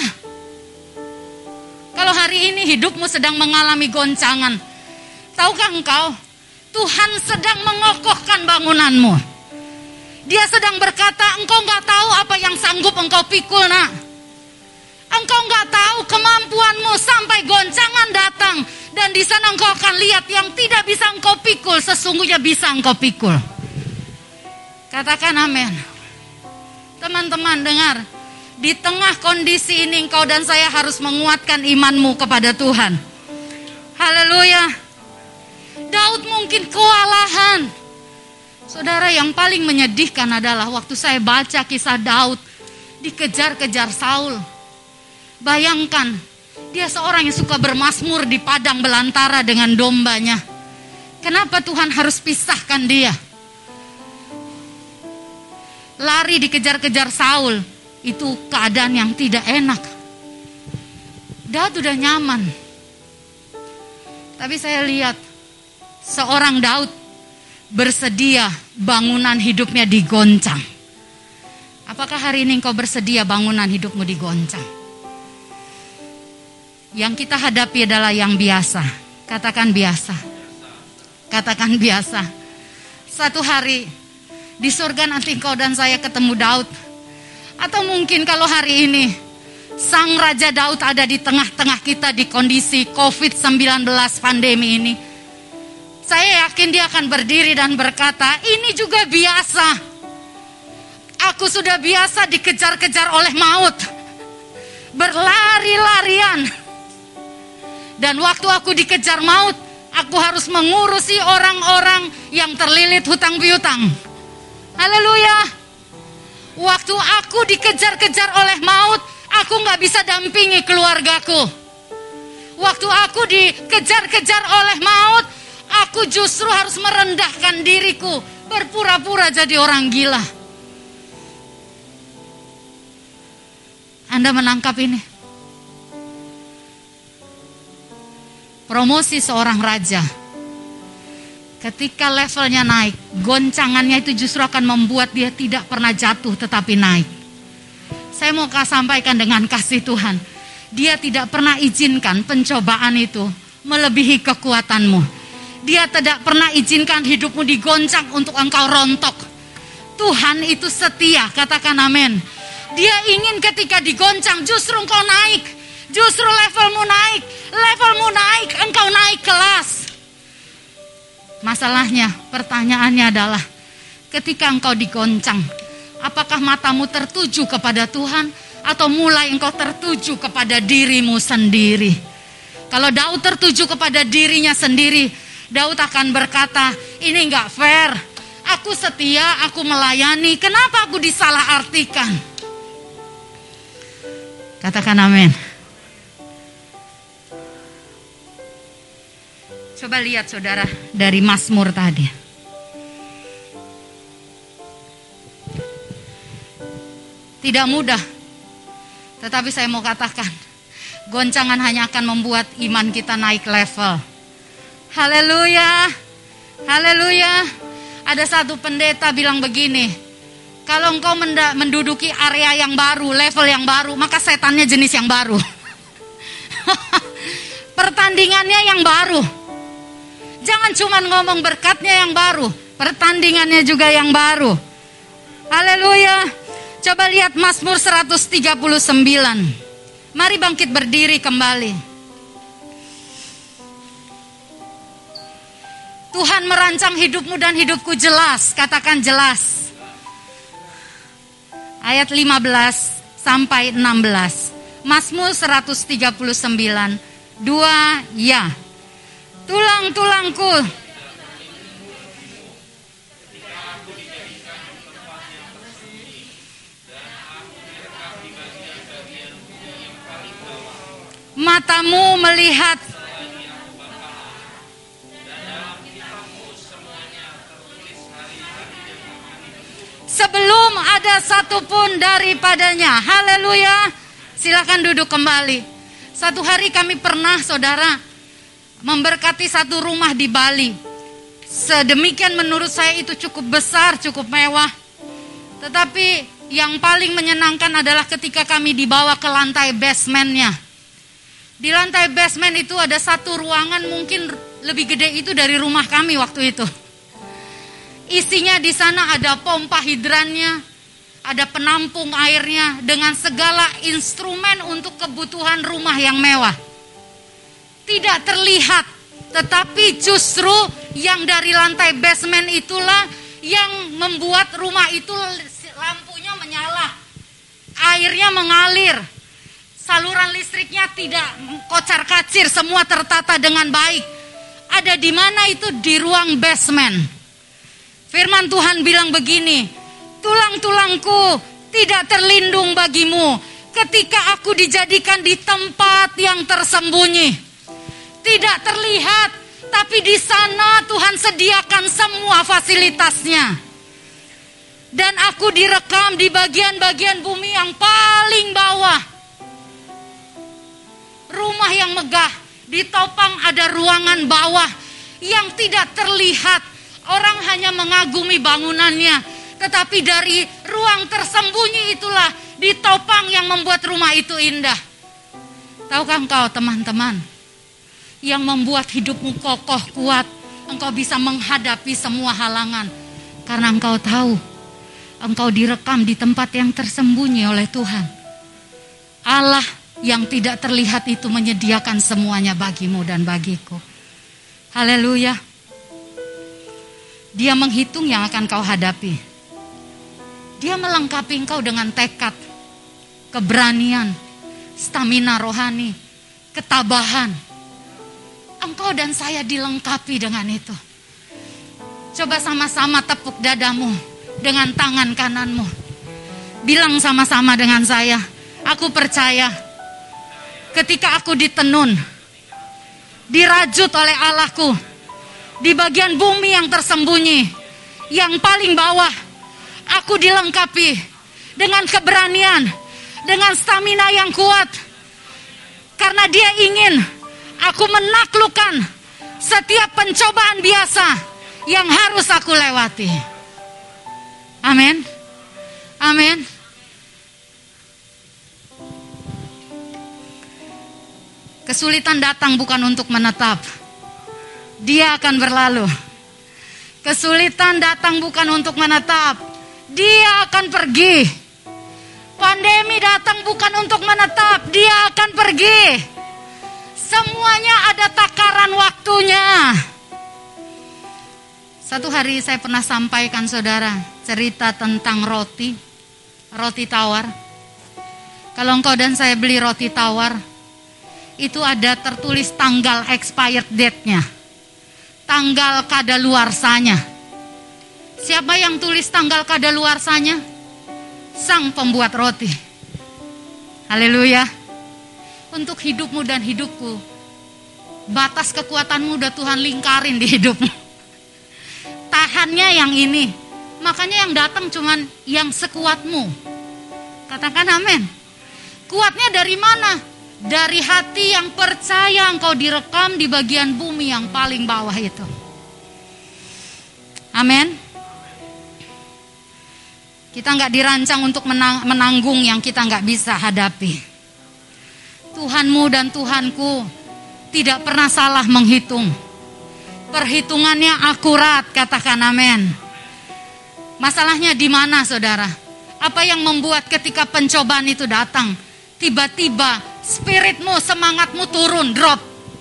Kalau hari ini hidupmu sedang mengalami goncangan, tahukah engkau, Tuhan sedang mengokohkan bangunanmu. Dia sedang berkata, engkau gak tahu apa yang sanggup engkau pikul, nak. Engkau gak tahu kemampuanmu sampai goncangan datang. Dan di sana engkau akan lihat yang tidak bisa engkau pikul, sesungguhnya bisa engkau pikul. Katakan amin. Teman-teman dengar, di tengah kondisi ini engkau dan saya harus menguatkan imanmu kepada Tuhan. Haleluya. Daud mungkin kewalahan. Saudara, yang paling menyedihkan adalah waktu saya baca kisah Daud dikejar-kejar Saul. Bayangkan, dia seorang yang suka bermazmur di padang belantara dengan dombanya. Kenapa Tuhan harus pisahkan dia? Lari dikejar-kejar Saul, itu keadaan yang tidak enak. Daud udah nyaman. Tapi saya lihat, seorang Daud bersedia bangunan hidupnya digoncang. Apakah hari ini engkau bersedia bangunan hidupmu digoncang? Yang kita hadapi adalah yang biasa. Katakan biasa. Katakan biasa. Satu hari Di surga nanti engkau dan saya ketemu Daud. Atau mungkin kalau hari ini Sang Raja Daud ada di tengah-tengah kita di kondisi covid sembilan belas pandemi ini, saya yakin dia akan berdiri dan berkata, ini juga biasa. Aku sudah biasa dikejar-kejar oleh maut, berlari-larian. Dan waktu aku dikejar maut, aku harus mengurusi orang-orang yang terlilit hutang piutang. Haleluya. Waktu aku dikejar-kejar oleh maut, aku gak bisa dampingi keluargaku. Waktu aku dikejar-kejar oleh maut, aku justru harus merendahkan diriku, berpura-pura jadi orang gila. Anda menangkap ini? Promosi seorang raja, ketika levelnya naik, goncangannya itu justru akan membuat dia tidak pernah jatuh tetapi naik. Saya mau sampaikan dengan kasih Tuhan, dia tidak pernah izinkan pencobaan itu melebihi kekuatanmu. Dia tidak pernah izinkan hidupmu digoncang untuk engkau rontok. Tuhan itu setia, katakan amin. Dia ingin ketika digoncang justru engkau naik, justru levelmu naik, levelmu naik, engkau naik kelas. Masalahnya, pertanyaannya adalah ketika engkau digoncang, apakah matamu tertuju kepada Tuhan atau mulai engkau tertuju kepada dirimu sendiri? Kalau Daud tertuju kepada dirinya sendiri, Daud akan berkata, ini enggak fair. Aku setia, aku melayani, kenapa aku disalah-artikan? Katakan amin. Coba lihat saudara dari Mazmur tadi. Tidak mudah. Tetapi saya mau katakan, goncangan hanya akan membuat iman kita naik level. Haleluya. Haleluya. Ada satu pendeta bilang begini, kalau engkau menduduki area yang baru, level yang baru, maka setannya jenis yang baru. Pertandingannya yang baru. Jangan cuma ngomong berkatnya yang baru, pertandingannya juga yang baru. Haleluya. Coba lihat Mazmur seratus tiga puluh sembilan. Mari bangkit berdiri kembali. Tuhan merancang hidupmu dan hidupku jelas. Katakan jelas. Ayat lima belas sampai enam belas. Mazmur seratus tiga puluh sembilan. Dua ya. Tulang-tulangku matamu melihat sebelum ada satupun daripadanya. Haleluya. Silakan duduk kembali. Satu hari kami pernah saudara memberkati satu rumah di Bali. Sedemikian menurut saya itu cukup besar, cukup mewah. Tetapi yang paling menyenangkan adalah ketika kami dibawa ke lantai basementnya. Di lantai basement itu ada satu ruangan mungkin lebih gede itu dari rumah kami waktu itu. Isinya di sana ada pompa hidrannya, ada penampung airnya dengan segala instrumen untuk kebutuhan rumah yang mewah. Tidak terlihat, tetapi justru yang dari lantai basement itulah yang membuat rumah itu lampunya menyala, airnya mengalir, saluran listriknya tidak kocar-kacir, semua tertata dengan baik. Ada di mana itu? Di ruang basement. Firman Tuhan bilang begini, tulang-tulangku tidak terlindung bagimu ketika aku dijadikan di tempat yang tersembunyi. Tidak terlihat, tapi di sana Tuhan sediakan semua fasilitasnya. Dan aku direkam di bagian-bagian bumi yang paling bawah. Rumah yang megah, ditopang ada ruangan bawah yang tidak terlihat. Orang hanya mengagumi bangunannya, tetapi dari ruang tersembunyi itulah ditopang yang membuat rumah itu indah. Tahukah engkau teman-teman, yang membuat hidupmu kokoh kuat, engkau bisa menghadapi semua halangan. Karena engkau tahu engkau direkam di tempat yang tersembunyi oleh Tuhan. Allah yang tidak terlihat itu menyediakan semuanya bagimu dan bagiku. Haleluya. Dia menghitung yang akan kau hadapi. Dia melengkapi engkau dengan tekad, keberanian, stamina rohani, ketabahan. Engkau dan saya dilengkapi dengan itu. Coba sama-sama tepuk dadamu dengan tangan kananmu. Bilang sama-sama dengan saya, aku percaya ketika aku ditenun, dirajut oleh Allahku di bagian bumi yang tersembunyi, yang paling bawah, aku dilengkapi dengan keberanian, dengan stamina yang kuat. Karena Dia ingin aku menaklukkan setiap pencobaan biasa yang harus aku lewati. Amin. Amin. Kesulitan datang bukan untuk menetap. Dia akan berlalu. Kesulitan datang bukan untuk menetap. Dia akan pergi. Pandemi datang bukan untuk menetap. Dia akan pergi. Semuanya ada takaran waktunya. Satu hari saya pernah sampaikan saudara cerita tentang roti. Roti tawar. Kalau engkau dan saya beli roti tawar, itu ada tertulis tanggal expired date-nya, tanggal kadaluarsanya. Siapa yang tulis tanggal kadaluarsanya? Sang pembuat roti. Haleluya. Untuk hidupmu dan hidupku, batas kekuatanmu udah Tuhan lingkarin di hidupmu. Tahannya yang ini. Makanya yang datang cuman yang sekuatmu. Katakan amin. Kuatnya dari mana? Dari hati yang percaya engkau direkam di bagian bumi yang paling bawah itu. Amin. Kita nggak dirancang untuk menang, menanggung yang kita nggak bisa hadapi. Tuhanmu dan Tuhanku tidak pernah salah menghitung. Perhitungannya akurat, katakan amin. Masalahnya di mana saudara? Apa yang membuat ketika pencobaan itu datang, tiba-tiba spiritmu, semangatmu turun, drop.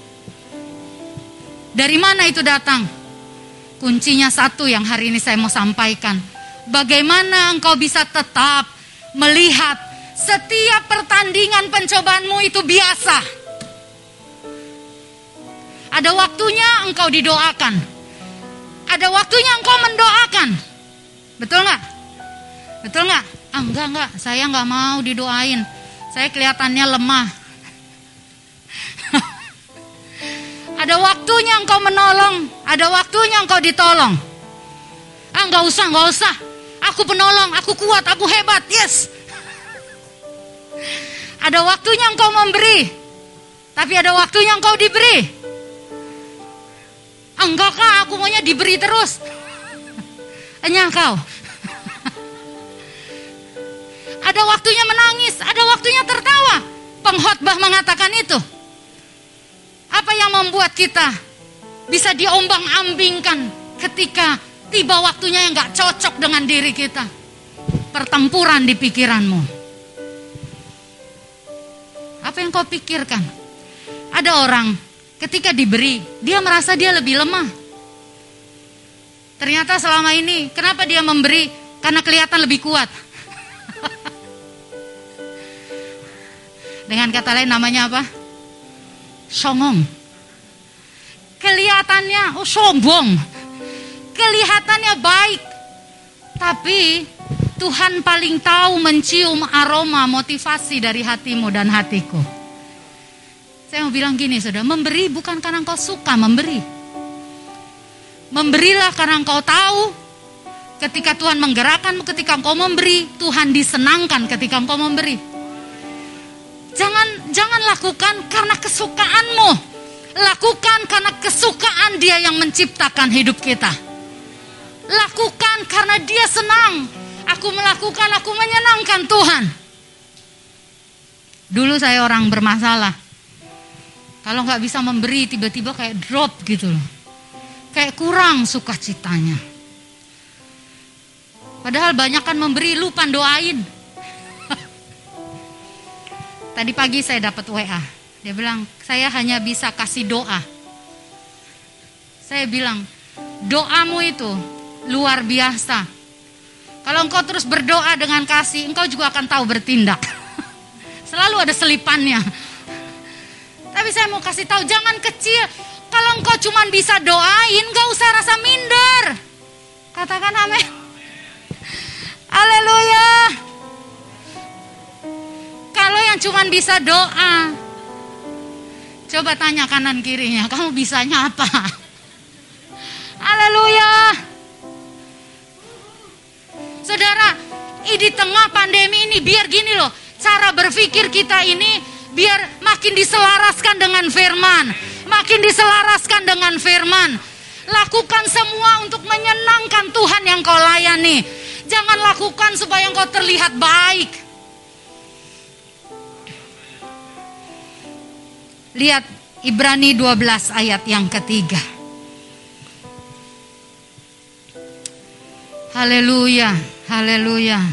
Dari mana itu datang? Kuncinya satu yang hari ini saya mau sampaikan. Bagaimana engkau bisa tetap melihat setiap pertandingan pencobaanmu itu biasa. Ada waktunya engkau didoakan. Ada waktunya engkau mendoakan. Betul gak? Betul gak? Ah, enggak, enggak, saya gak mau didoain. Saya kelihatannya lemah. Ada waktunya engkau menolong, ada waktunya engkau ditolong. Ah, enggak usah, enggak usah. Aku penolong, aku kuat, aku hebat, yes. Ada waktunya engkau memberi, tapi ada waktunya engkau diberi. Enggak kak, aku maunya diberi terus. Hanya engkau. Ada waktunya menangis, ada waktunya tertawa. Pengkhotbah mengatakan itu. Apa yang membuat kita bisa diombang-ambingkan ketika tiba waktunya yang gak cocok dengan diri kita? Pertempuran di pikiranmu. Apa yang kau pikirkan? Ada orang ketika diberi, dia merasa dia lebih lemah. Ternyata selama ini, kenapa dia memberi? Karena kelihatan lebih kuat. Dengan kata lain namanya apa? Songong. Kelihatannya oh, sombong. Kelihatannya baik. Tapi Tuhan paling tahu mencium aroma motivasi dari hatimu dan hatiku. Saya mau bilang gini saudara, memberi bukan karena engkau suka memberi. Memberilah karena engkau tahu ketika Tuhan menggerakkanmu, ketika engkau memberi, Tuhan disenangkan ketika engkau memberi. Jangan jangan lakukan karena kesukaanmu. Lakukan karena kesukaan Dia yang menciptakan hidup kita. Lakukan karena Dia senang. Aku melakukan, aku menyenangkan Tuhan. Dulu saya orang bermasalah. Kalau gak bisa memberi, tiba-tiba kayak drop gitu loh. Kayak kurang sukacitanya. Padahal banyak kan memberi, lupa doain. Tadi pagi saya dapat W A. Dia bilang, saya hanya bisa kasih doa. Saya bilang, doamu itu luar biasa. Kalau engkau terus berdoa dengan kasih, engkau juga akan tahu bertindak. Selalu ada selipannya. Tapi saya mau kasih tahu, jangan kecil. Kalau engkau cuma bisa doain, gak usah rasa minder. Katakan amin. Haleluya. Kalau yang cuma bisa doa, coba tanya kanan kirinya, kamu bisanya apa? Haleluya. Saudara, di tengah pandemi ini biar gini loh, cara berpikir kita ini biar makin diselaraskan dengan firman, makin diselaraskan dengan firman. Lakukan semua untuk menyenangkan Tuhan yang kau layani. Jangan lakukan supaya engkau terlihat baik. Lihat Ibrani dua belas ayat yang ketiga. Haleluya, haleluya.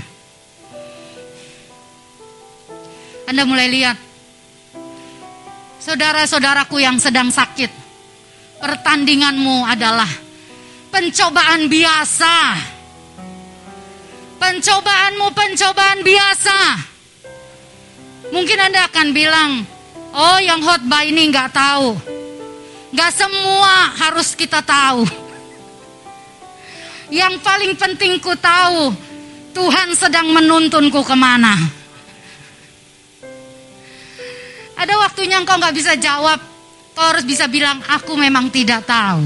Anda mulai lihat saudara-saudaraku yang sedang sakit. Pertandinganmu adalah pencobaan biasa. Pencobaanmu pencobaan biasa. Mungkin Anda akan bilang, oh yang khotbah ini gak tahu. Gak semua harus kita tahu. Yang paling penting ku tahu, Tuhan sedang menuntunku kemana. Ada waktunya engkau gak bisa jawab. Kau harus bisa bilang, aku memang tidak tahu.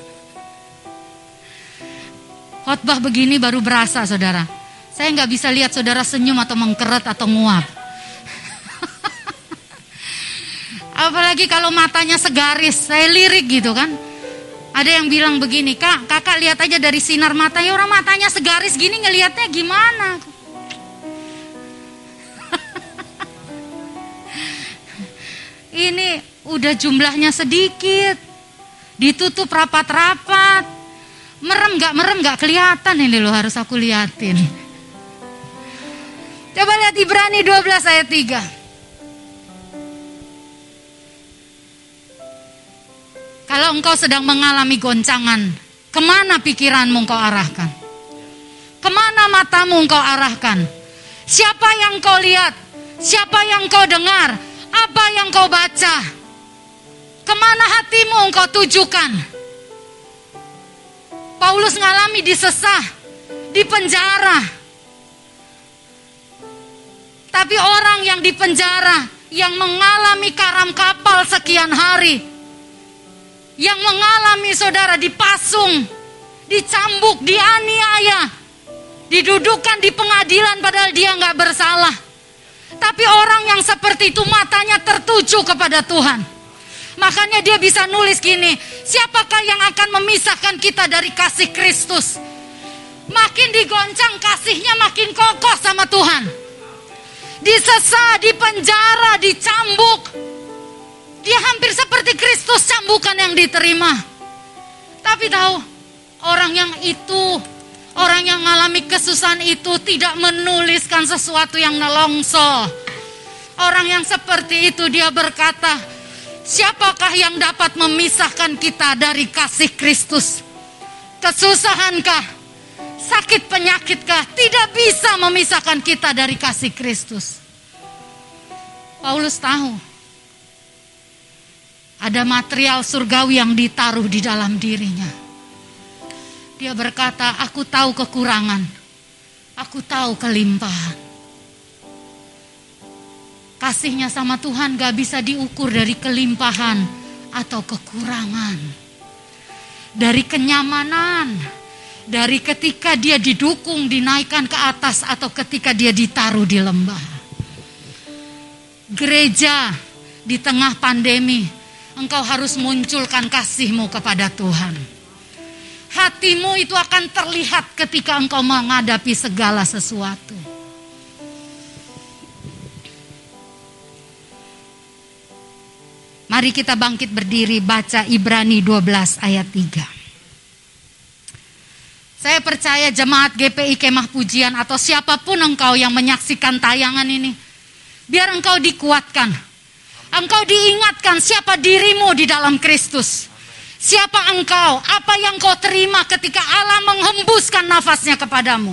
Khotbah begini baru berasa, saudara. Saya gak bisa lihat saudara senyum atau mengkeret atau nguap. Apalagi kalau matanya segaris, saya lirik gitu kan. Ada yang bilang begini, kak, kakak lihat aja dari sinar matanya, orang matanya segaris gini ngelihatnya gimana? Ini udah jumlahnya sedikit, ditutup rapat-rapat, merem gak merem gak kelihatan, ini loh harus aku liatin. Coba lihat Ibrani dua belas ayat tiga. Kalau engkau sedang mengalami goncangan, kemana pikiranmu engkau arahkan? Kemana matamu engkau arahkan? Siapa yang kau lihat? Siapa yang kau dengar? Apa yang kau baca? Kemana hatimu engkau tujukan? Paulus ngalami disesah, di penjara. Tapi orang yang di penjara, yang mengalami karam kapal sekian hari, yang mengalami saudara dipasung, dicambuk, dianiaya, didudukan di pengadilan padahal dia gak bersalah. Tapi orang yang seperti itu matanya tertuju kepada Tuhan. Makanya dia bisa nulis gini, siapakah yang akan memisahkan kita dari kasih Kristus? Makin digoncang kasihnya makin kokoh sama Tuhan. Disesah, dipenjara, dicambuk. Dia hampir seperti Kristus cambukan yang diterima. Tapi tahu, orang yang itu, orang yang mengalami kesusahan itu tidak menuliskan sesuatu yang nelongso. Orang yang seperti itu dia berkata, siapakah yang dapat memisahkan kita dari kasih Kristus? Kesusahankah? Sakit penyakitkah? Tidak bisa memisahkan kita dari kasih Kristus. Paulus tahu ada material surgawi yang ditaruh di dalam dirinya. Dia berkata, aku tahu kekurangan, aku tahu kelimpahan. Kasihnya sama Tuhan gak bisa diukur dari kelimpahan atau kekurangan. Dari kenyamanan, dari ketika dia didukung, dinaikkan ke atas atau ketika dia ditaruh di lembah. Gereja di tengah pandemi, engkau harus munculkan kasihmu kepada Tuhan. Hatimu itu akan terlihat ketika engkau menghadapi segala sesuatu. Mari kita bangkit berdiri baca Ibrani dua belas ayat tiga. Saya percaya saya jemaat G P I Kemah Pujian atau siapapun engkau yang menyaksikan tayangan ini, biar engkau dikuatkan. Engkau diingatkan siapa dirimu di dalam Kristus. Siapa engkau, apa yang kau terima ketika Allah menghembuskan nafasnya kepadamu.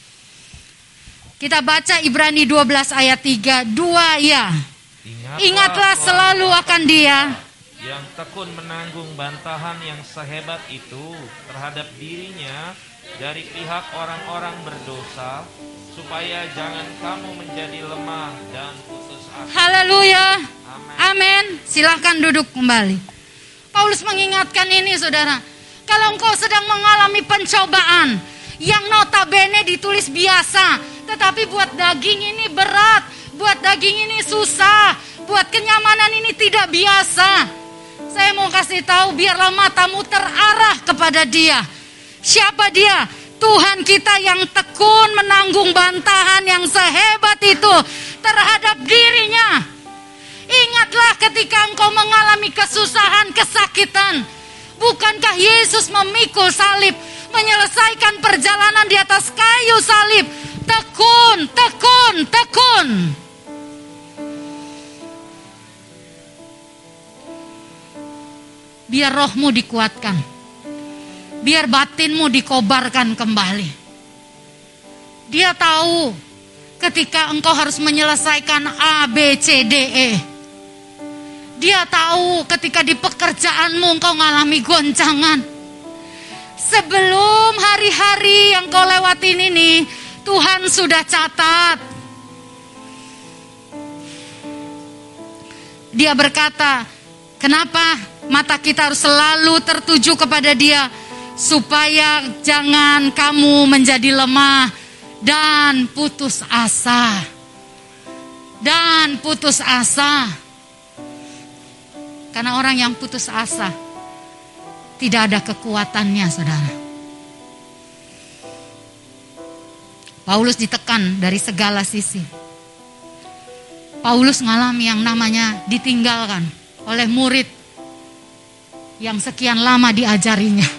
Kita baca Ibrani dua belas ayat tiga, dua ya. Ingatlah, Ingatlah selalu akan Dia yang tekun menanggung bantahan yang sehebat itu terhadap dirinya dari pihak orang-orang berdosa, supaya jangan kamu menjadi lemah dan putus asa. Haleluya. Amin. Silakan duduk kembali. Paulus mengingatkan ini, saudara. Kalau engkau sedang mengalami pencobaan yang notabene ditulis biasa, tetapi buat daging ini berat, buat daging ini susah, buat kenyamanan ini tidak biasa. Saya mau kasih tahu, biarlah matamu terarah kepada Dia. Siapa Dia? Tuhan kita yang tekun menanggung bantahan yang sehebat itu terhadap dirinya. Ingatlah ketika engkau mengalami kesusahan, kesakitan. Bukankah Yesus memikul salib, menyelesaikan perjalanan di atas kayu salib? Tekun, tekun, tekun. Biar rohmu dikuatkan. Biar batinmu dikobarkan kembali. Dia tahu ketika engkau harus menyelesaikan A, B, C, D, E. Dia tahu ketika di pekerjaanmu engkau mengalami goncangan. Sebelum hari-hari yang kau lewatin ini, Tuhan sudah catat. Dia berkata, kenapa mata kita harus selalu tertuju kepada Dia? Supaya jangan kamu menjadi lemah dan putus asa. Dan putus asa. Karena orang yang putus asa tidak ada kekuatannya, saudara. Paulus ditekan dari segala sisi. Paulus ngalami yang namanya ditinggalkan oleh murid yang sekian lama diajarinya.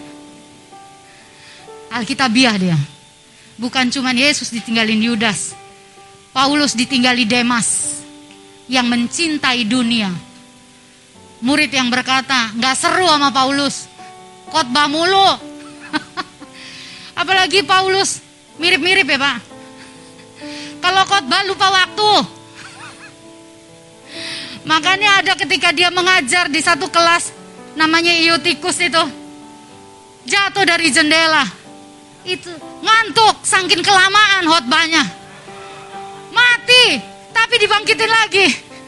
Alkitabiah dia. Bukan cuma Yesus ditinggalin Yudas. Paulus ditinggali Demas yang mencintai dunia. Murid yang berkata, gak seru sama Paulus, khotbah mulu. Apalagi Paulus, mirip-mirip ya Pak. Kalau khotbah lupa waktu. Makanya ada ketika dia mengajar di satu kelas, namanya Eutikus itu, jatuh dari jendela. Itu ngantuk, saking kelamaan khotbahnya. Mati, tapi dibangkitin lagi.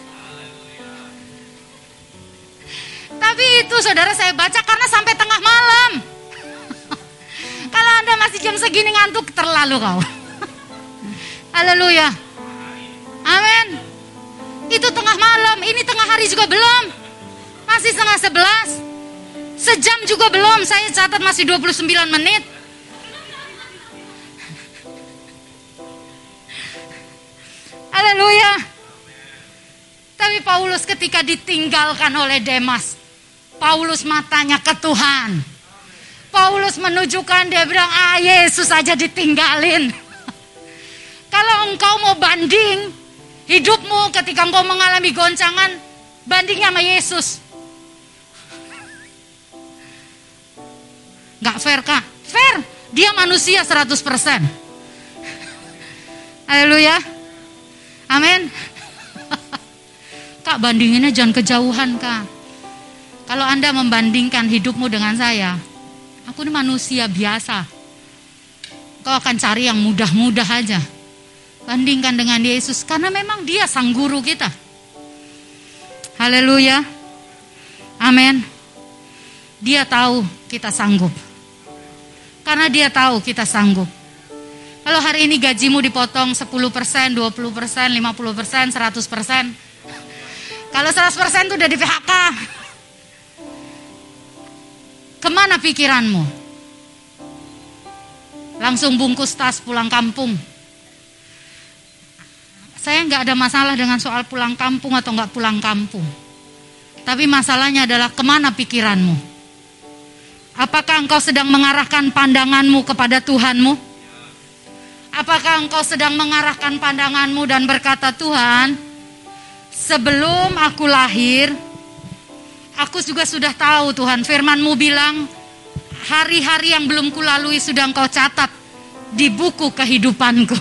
Tapi itu saudara saya baca karena sampai tengah malam. Kalau Anda masih jam segini ngantuk, terlalu kau. Haleluya. Amin. Itu tengah malam, ini tengah hari juga belum. Masih setengah sebelas. Sejam juga belum, saya catat masih dua puluh sembilan menit. Haleluya. Tapi Paulus ketika ditinggalkan oleh Demas, Paulus matanya ke Tuhan. Paulus menunjukkan, dia bilang, ah Yesus aja ditinggalin. Kalau engkau mau banding hidupmu ketika engkau mengalami goncangan, bandingnya sama Yesus. Gak fair Kak? Fair, dia manusia seratus persen. Haleluya. Amin. Kak, bandinginnya jangan kejauhan Kak. Kalau Anda membandingkan hidupmu dengan saya, aku ini manusia biasa. Kau akan cari yang mudah-mudah aja. Bandingkan dengan Yesus, karena memang Dia sang guru kita. Haleluya. Amin. Dia tahu kita sanggup. Karena Dia tahu kita sanggup. Kalau hari ini gajimu dipotong sepuluh persen, dua puluh persen, lima puluh persen, seratus persen. Kalau seratus persen itu udah di P H K. Kemana pikiranmu? Langsung bungkus tas pulang kampung. Saya nggak ada masalah dengan soal pulang kampung atau nggak pulang kampung. Tapi masalahnya adalah kemana pikiranmu? Apakah engkau sedang mengarahkan pandanganmu kepada Tuhanmu? Apakah engkau sedang mengarahkan pandanganmu dan berkata, Tuhan, sebelum aku lahir, aku juga sudah tahu Tuhan, firman-Mu bilang, hari-hari yang belum kulalui sudah engkau catat di buku kehidupanku.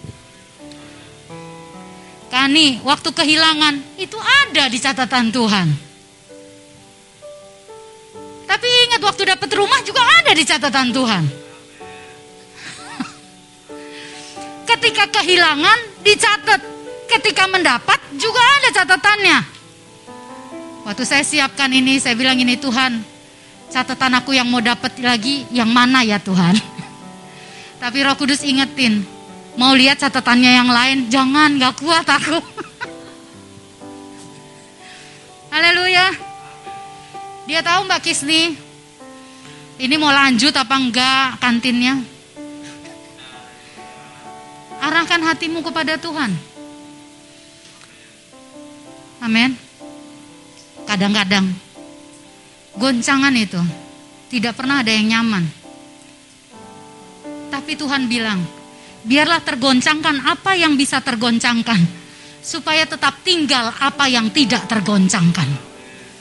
Kani, waktu kehilangan, itu ada di catatan Tuhan. Tapi ingat, waktu dapat rumah juga ada di catatan Tuhan. Ketika kehilangan, dicatat. Ketika mendapat, juga ada catatannya. Waktu saya siapkan ini, saya bilang ini, Tuhan, catatan aku yang mau dapat lagi, yang mana ya Tuhan? Tapi Roh Kudus ingetin, mau lihat catatannya yang lain, jangan, gak kuat aku. Haleluya. Dia tahu Mbak Kisni, ini mau lanjut apa enggak kantinnya? Arahkan hatimu kepada Tuhan. Amin. Kadang-kadang goncangan itu tidak pernah ada yang nyaman. Tapi Tuhan bilang, biarlah tergoncangkan apa yang bisa tergoncangkan, supaya tetap tinggal apa yang tidak tergoncangkan.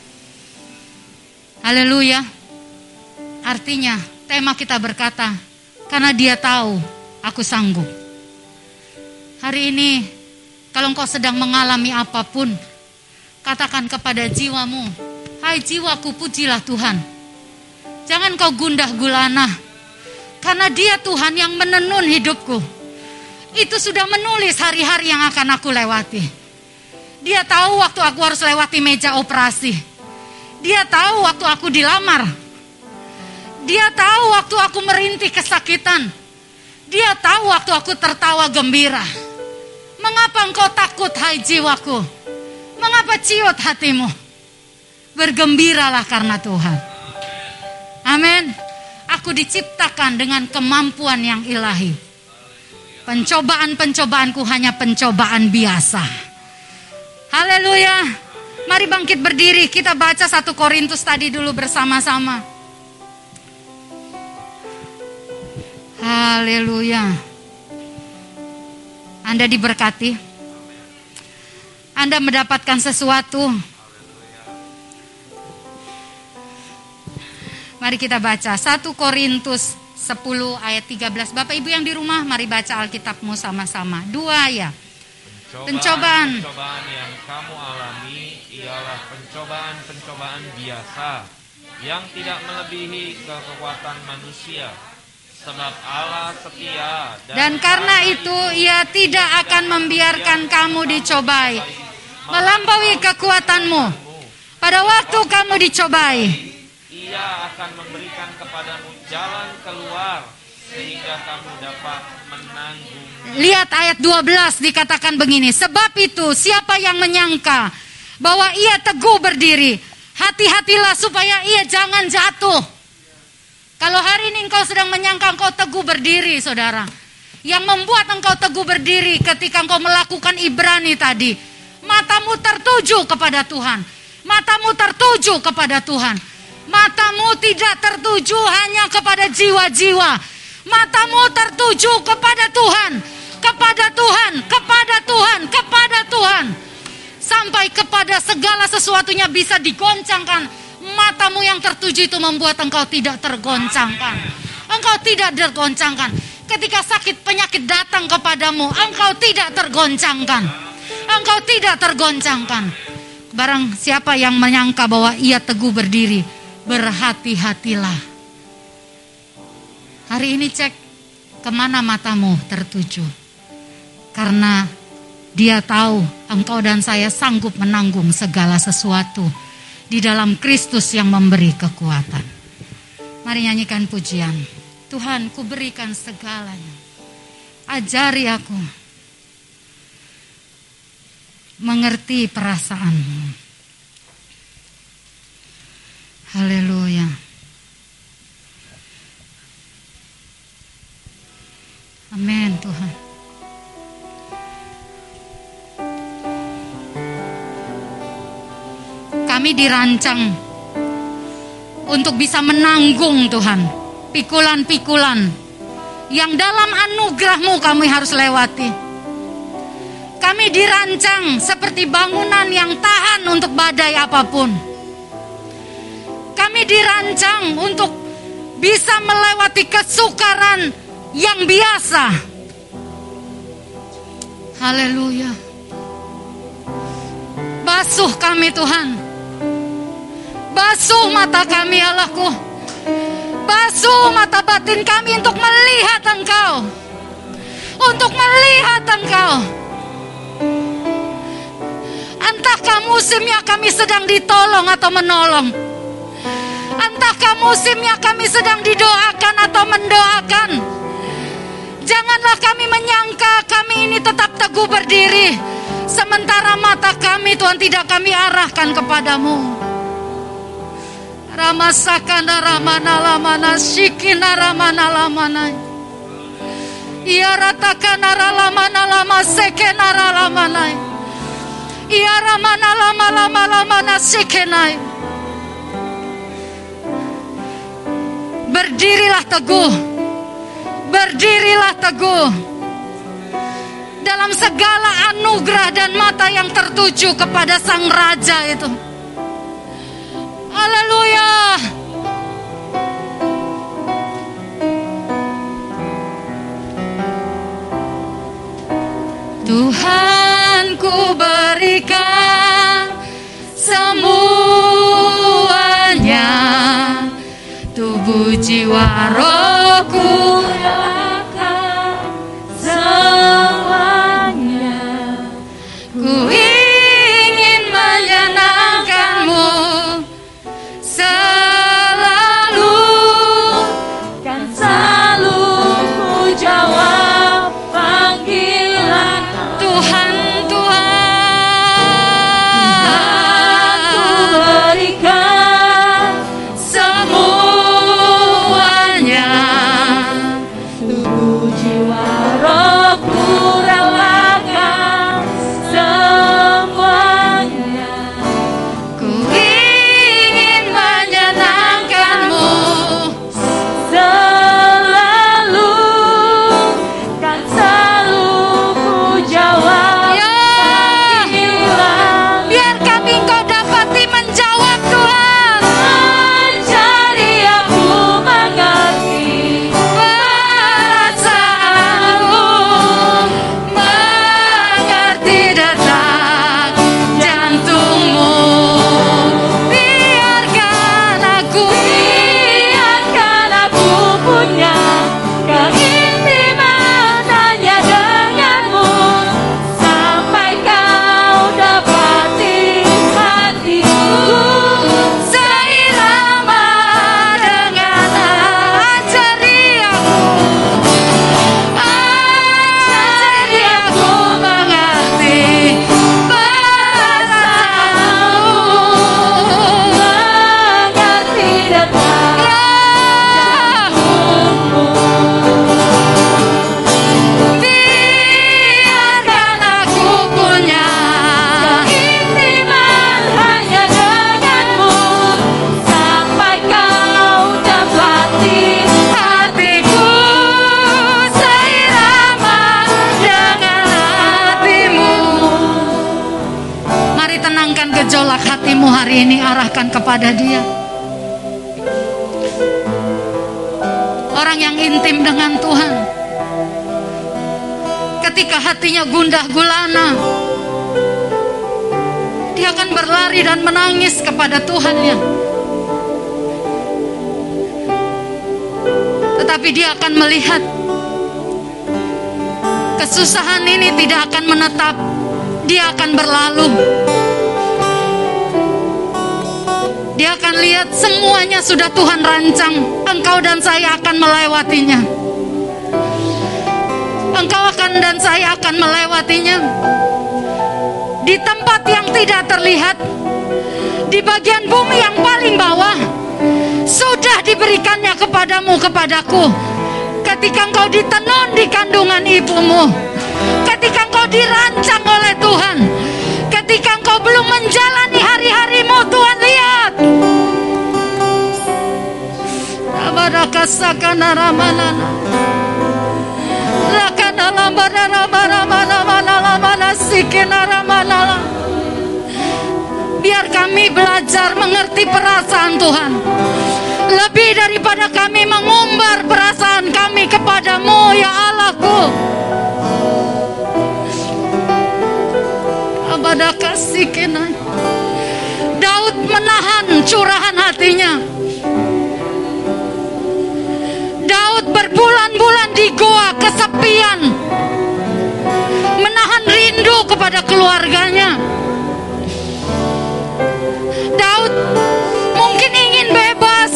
Haleluya. Artinya tema kita berkata, karena Dia tahu aku sanggup. Hari ini kalau engkau sedang mengalami apapun, katakan kepada jiwamu, hai jiwaku, pujilah Tuhan. Jangan kau gundah gulana, karena Dia Tuhan yang menenun hidupku. Itu sudah menulis hari-hari yang akan aku lewati. Dia tahu waktu aku harus lewati meja operasi. Dia tahu waktu aku dilamar. Dia tahu waktu aku merintih kesakitan. Dia tahu waktu aku tertawa gembira. Mengapa engkau takut, hai jiwaku? Mengapa ciut hatimu? Bergembiralah karena Tuhan. Amin. Aku diciptakan dengan kemampuan yang ilahi. Pencobaan-pencobaanku hanya pencobaan biasa. Haleluya. Mari bangkit berdiri, kita baca satu Korintus tadi dulu bersama-sama. Haleluya. Anda diberkati. Anda mendapatkan sesuatu. Mari kita baca satu Korintus sepuluh ayat tiga belas. Bapak Ibu yang di rumah, mari baca Alkitabmu sama-sama. Dua ya. Pencobaan. Pencobaan yang kamu alami ialah pencobaan-pencobaan biasa yang tidak melebihi kekuatan manusia. Sebab Allah setia dan, dan karena itu Ia tidak akan membiarkan kamu dicobai melampaui kekuatanmu. Pada waktu kamu dicobai, Ia akan memberikan kepadamu jalan keluar sehingga kamu dapat menanggung. Lihat ayat dua belas dikatakan begini, sebab itu siapa yang menyangka bahwa ia teguh berdiri, hati-hatilah supaya ia jangan jatuh. Kalau hari ini engkau sedang menyangka engkau teguh berdiri, saudara, yang membuat engkau teguh berdiri ketika engkau melakukan Ibrani tadi, matamu tertuju kepada Tuhan, matamu tertuju kepada Tuhan, matamu tidak tertuju hanya kepada jiwa-jiwa, matamu tertuju kepada Tuhan, kepada Tuhan, kepada Tuhan, kepada Tuhan. Sampai kepada segala sesuatunya bisa digoncangkan. Matamu yang tertuju itu membuat engkau tidak tergoncangkan. Engkau tidak tergoncangkan. Ketika sakit penyakit datang kepadamu, engkau tidak tergoncangkan. Engkau tidak tergoncangkan. Barang siapa yang menyangka bahwa ia teguh berdiri, berhati-hatilah. Hari ini cek kemana matamu tertuju. Karena Dia tahu engkau dan saya sanggup menanggung segala sesuatu di dalam Kristus yang memberi kekuatan. Mari nyanyikan pujian. Tuhan, ku berikan segalanya. Ajari aku mengerti perasaanmu. Haleluya. Amin Tuhan. Kami dirancang untuk bisa menanggung Tuhan pikulan-pikulan yang dalam anugerah-Mu kami harus lewati. Kami dirancang seperti bangunan yang tahan untuk badai apapun. Kami dirancang untuk bisa melewati kesukaran yang biasa. Haleluya. Basuh kami Tuhan. Basuh mata kami Allahku. Basuh mata batin kami untuk melihat Engkau. Untuk melihat Engkau. Entahkah musimnya kami sedang ditolong atau menolong. Entahkah musimnya kami sedang didoakan atau mendoakan. Janganlah kami menyangka kami ini tetap teguh berdiri, sementara mata kami Tuhan tidak kami arahkan kepadamu. Ramasakana ramana lamana shikina ramana lamana. Ia ratakana ralamana lama sekena ralamana. Ia ramana lama lama lamana sekenai. Berdirilah teguh. Berdirilah teguh dalam segala anugerah dan mata yang tertuju kepada Sang Raja itu. Haleluya. Tuhan, ku berikan semuanya, tubuh jiwa rohku relakan semuanya. Ku ingin menyenangkan-Mu selalu, kan selalu ku jawab panggilan Tuhan. Tuhan, ku berikan semuanya, tubuh jiwa rohku relakan semuanya. Ku ingin menyenangkan-Mu selalu, kan selalu ku jawab panggilan. Biar kami Engkau dapati menjawab Tuhan. Mencari aku mengerti perasaanmu, mengerti detak jantungmu. Biarkan aku, biarkan aku punya keintiman hanya denganmu, sampai kau dapati hatiku seirama dengan ajari aku, ajari aku mengerti perasaanmu, mengerti detak jantungmu. Biarkan aku punya keintiman hanya denganmu, sampai kau dapati hatiku seirama dengan hatimu. Mari tenangkan gejolak hatimu hari ini, arahkan kepada Dia. Orang yang intim dengan Tuhan, ketika hatinya gundah gulana, dia akan berlari dan menangis kepada Tuhannya. Tetapi dia akan melihat kesusahan ini tidak akan menetap, dia akan berlalu. Dia akan lihat semuanya sudah Tuhan rancang. Engkau dan saya akan melewatinya. Engkau akan dan saya akan melewatinya. Di tempat yang tidak terlihat, di bagian bumi yang paling bawah, sudah diberikannya kepadamu, kepadaku. Ketika engkau ditenun di kandungan ibumu, ketika engkau dirancang oleh Tuhan, ketika engkau belum menjalani hari-harimu, Tuhan lihat. sakana ramana. Lakana lambana ramana ramana ramana ramana sikina ramana. Biar kami belajar mengerti perasaan Tuhan. Lebih daripada kami mengumbar perasaan kami kepadamu ya Allahku. Abada kasih kena. Daud menahan curahan hatinya. Daud berbulan-bulan di goa kesepian, menahan rindu kepada keluarganya. Daud mungkin ingin bebas.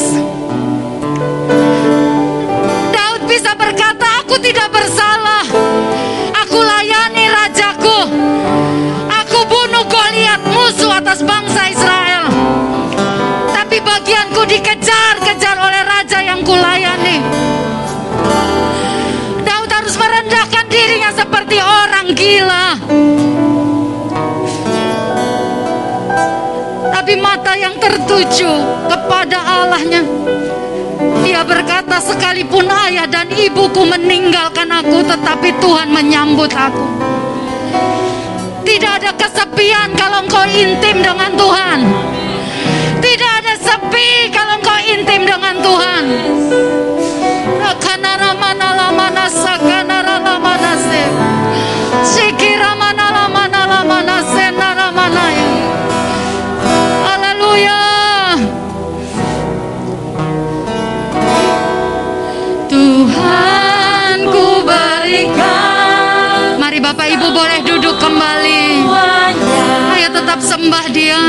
Daud bisa berkata, aku tidak bersalah. Aku layani rajaku. Aku bunuh Goliat, musuh atas bangsa Israel. Tapi bagianku dikejar-kejar oleh raja yang kulayani. Daud harus merendahkan dirinya seperti orang gila. Tapi mata yang tertuju kepada Allahnya. Dia berkata, sekalipun ayah dan ibuku meninggalkan aku, tetapi Tuhan menyambut aku. Tidak ada kesepian kalau engkau intim dengan Tuhan. Tidak ada sepi kalau engkau intim dengan Tuhan. Rakanara manala manasa kanara lamanase. Sikira manala manala manase nara manaya. Haleluya. Tuhan ku berikan. Mari Bapak Ibu boleh duduk kembali. Ayo tetap sembah Dia.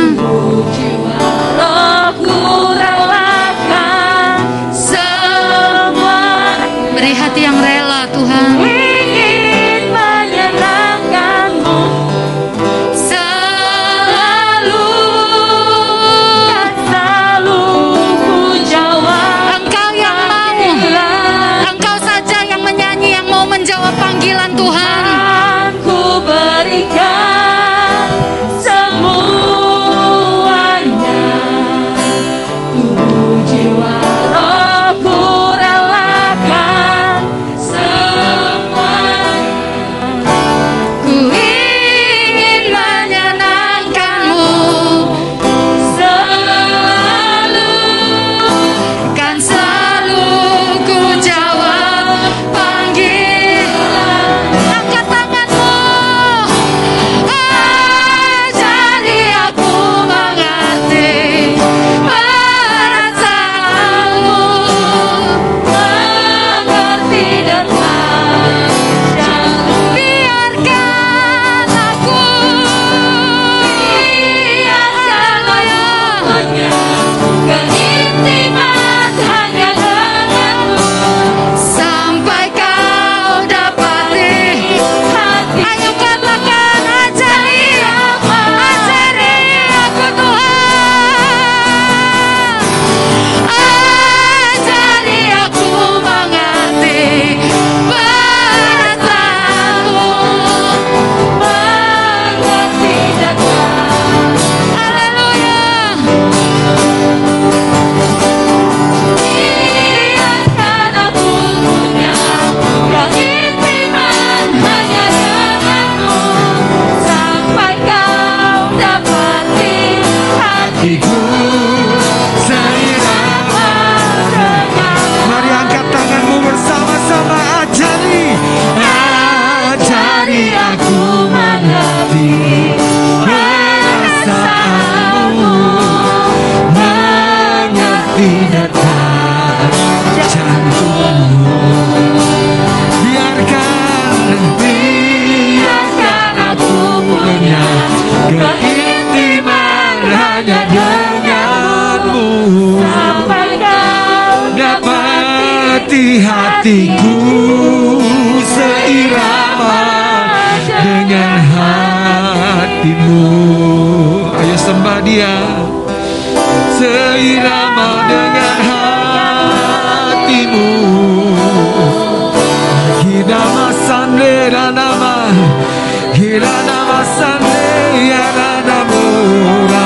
Rohku relakan semua. Beri hati yang rela Tuhan. Ingin menyenangkan-Mu Selalu dan selalu ku jawab Engkau yang mau. Engkau saja yang menyanyi, yang mau menjawab panggilan Tuhan. Ku berikan semuanya. Tubuh jiwa rohku relakan semuanya. Ku ingin menyenangkan-Mu Selalu kan selalu ku jawab panggilan. Angkat tanganmu. Ajari aku mengerti perasaanmu. mengerti dan menjauh. Biarkan aku. Biarkan aku punya keintiman hanya denganmu. Sampai kau dapati Hati Ayo katakan, ajari Ajari aku Tuhan. Ajari aku mengerti perasaanmu. mengerti dan menjauh. Haleluya. Biarkan aku punya keintiman hanya denganmu. Sampai kau dapati hatiku seirama denganmu. Mari angkat tanganmu bersama-sama. Ajari, ajari aku mengerti perasaanmu, mengerti datang jantungmu. Biarkan, biarkan aku punya keintiman hanya denganmu. Sampai kau Dapati hatiku seirama dengan hatimu. Ayo sembah Dia. Seirama dengan hatimu. Hina masande nama, hina nama sande ya namamu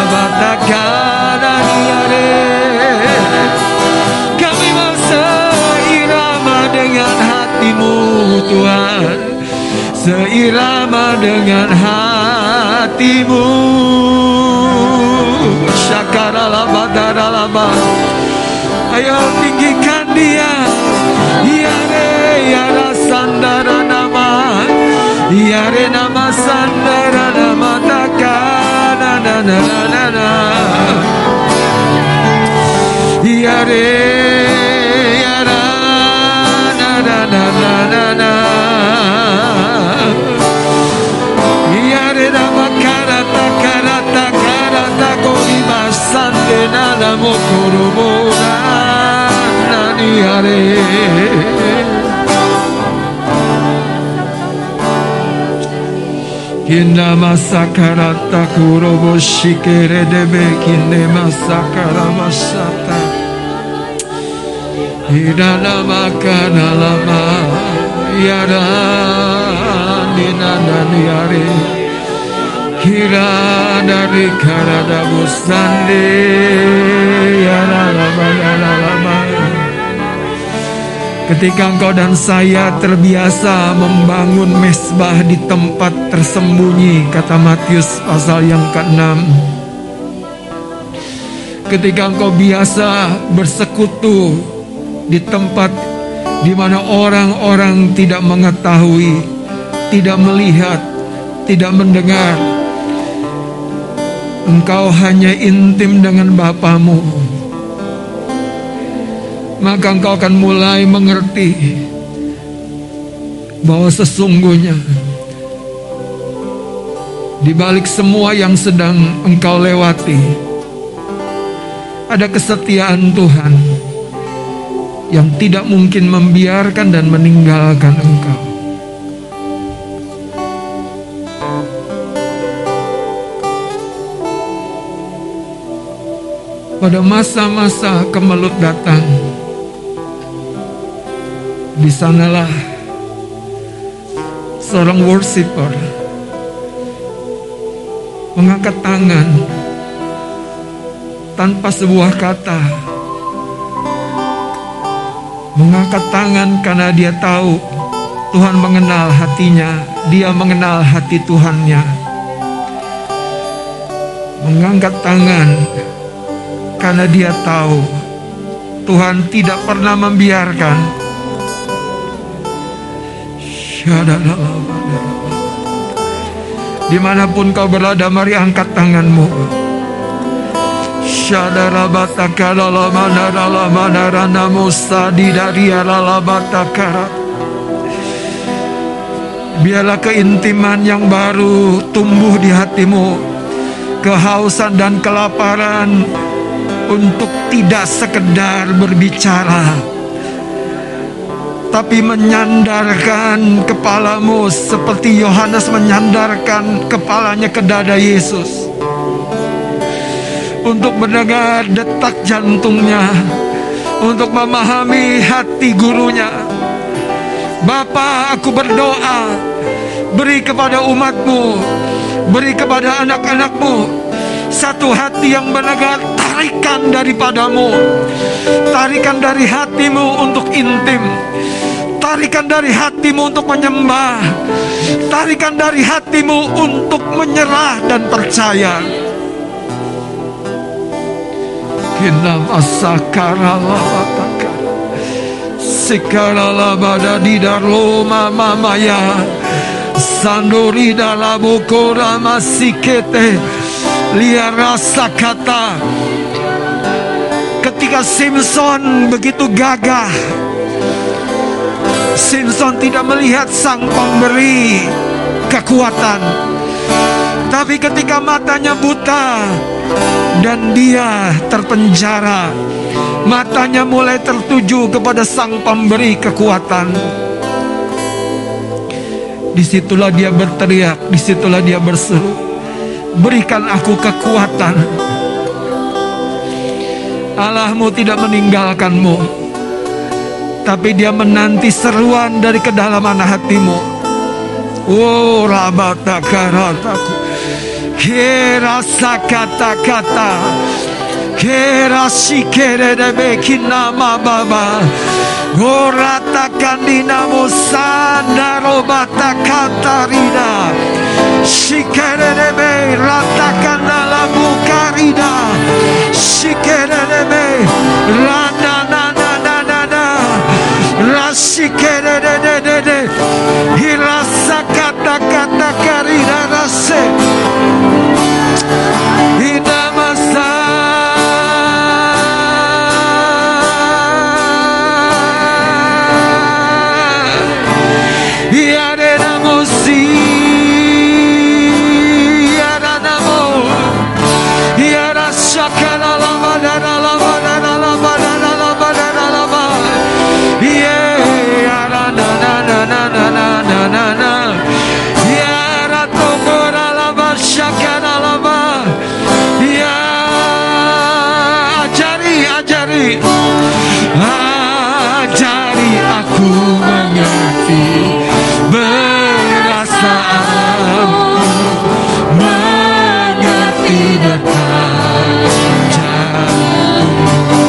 rabatakana niare. Kami mau seirama dengan hatimu. Syakaralaba daralaba. Ayo tinggikan dia. Yare yara sandara nama. Yare nama sandara nama takana na na na na. Yare yara na na na na na. Yare nama karata karata karata korima sande nana mokorobora nani yare. Kinna masakarata kurobo shikere debe kinne masakara masata. Hidana makana lama yara nina nani yare. Hira dari karada busande yara lama yara lama. Ketika engkau dan saya terbiasa membangun mesbah di tempat tersembunyi, kata Matius pasal yang keenam. Ketika engkau biasa bersekutu di tempat di mana orang-orang tidak mengetahui, tidak melihat, tidak mendengar, engkau hanya intim dengan Bapamu, maka engkau akan mulai mengerti bahwa sesungguhnya di balik semua yang sedang engkau lewati ada kesetiaan Tuhan yang tidak mungkin membiarkan dan meninggalkan engkau. Pada masa-masa kemelut datang, di sanalah seorang worshiper mengangkat tangan tanpa sebuah kata, mengangkat tangan karena dia tahu Tuhan mengenal hatinya, dia mengenal hati Tuhannya. Mengangkat tangan karena dia tahu Tuhan tidak pernah membiarkan. Dimanapun kau berada, mari angkat tanganmu. Biarlah keintiman yang baru tumbuh di hatimu, kehausan dan kelaparan untuk tidak sekedar berbicara, tapi menyandarkan kepalamu seperti Yohanes menyandarkan kepalanya ke dada Yesus, untuk mendengar detak jantungnya, untuk memahami hati gurunya. Bapa, aku berdoa, beri kepada umatmu, beri kepada anak-anakmu satu hati yang mendengar tarikan daripadamu, tarikan dari hatimu untuk intim, tarikan dari hatimu untuk menyembah, tarikan dari hatimu untuk menyerah dan percaya. Kinam asakara labataka sikara labada di daroma mamaya sandori dalabukora masikete liar rasa kata. Ketika Simpson begitu gagah, Simpson tidak melihat sang pemberi kekuatan, tapi ketika matanya buta dan dia terpenjara, matanya mulai tertuju kepada sang pemberi kekuatan. Disitulah dia berteriak, disitulah dia berseru, berikan aku kekuatan. Allahmu tidak meninggalkanmu, tapi dia menanti seruan dari kedalaman hatimu. Oh, rabata karataku, kerasa kata-kata, Kerasi kerebe kinama baba. Goratakan dinamo sandaro batakatarida. Shikerebe ratakan dalam bukarida. Shikerebe rana na na na na na. Rasikerebe hirasa kata kata karida rase. Inamasa. Ajari aku mengerti perasaanmu, mengerti detak jantungmu.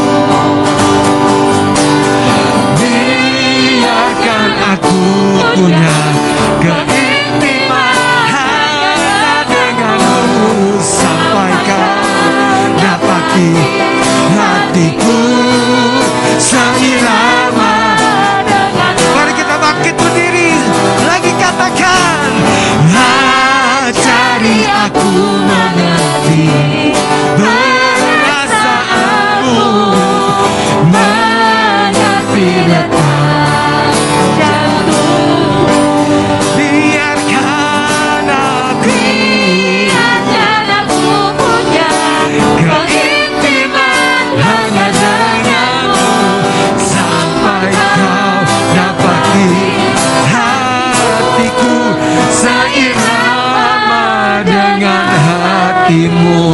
Biarkan aku punya keintiman hanya denganmu sampai kau dapati hatiku seirama. Mari kita bangkit berdiri lagi, katakan ajari aku mengerti perasaanmu, mengerti detak jantungmu. Biarkan aku, biarkan aku punya keintiman hanya denganmu sampai kau dapati hatiku seirama dengan hatimu.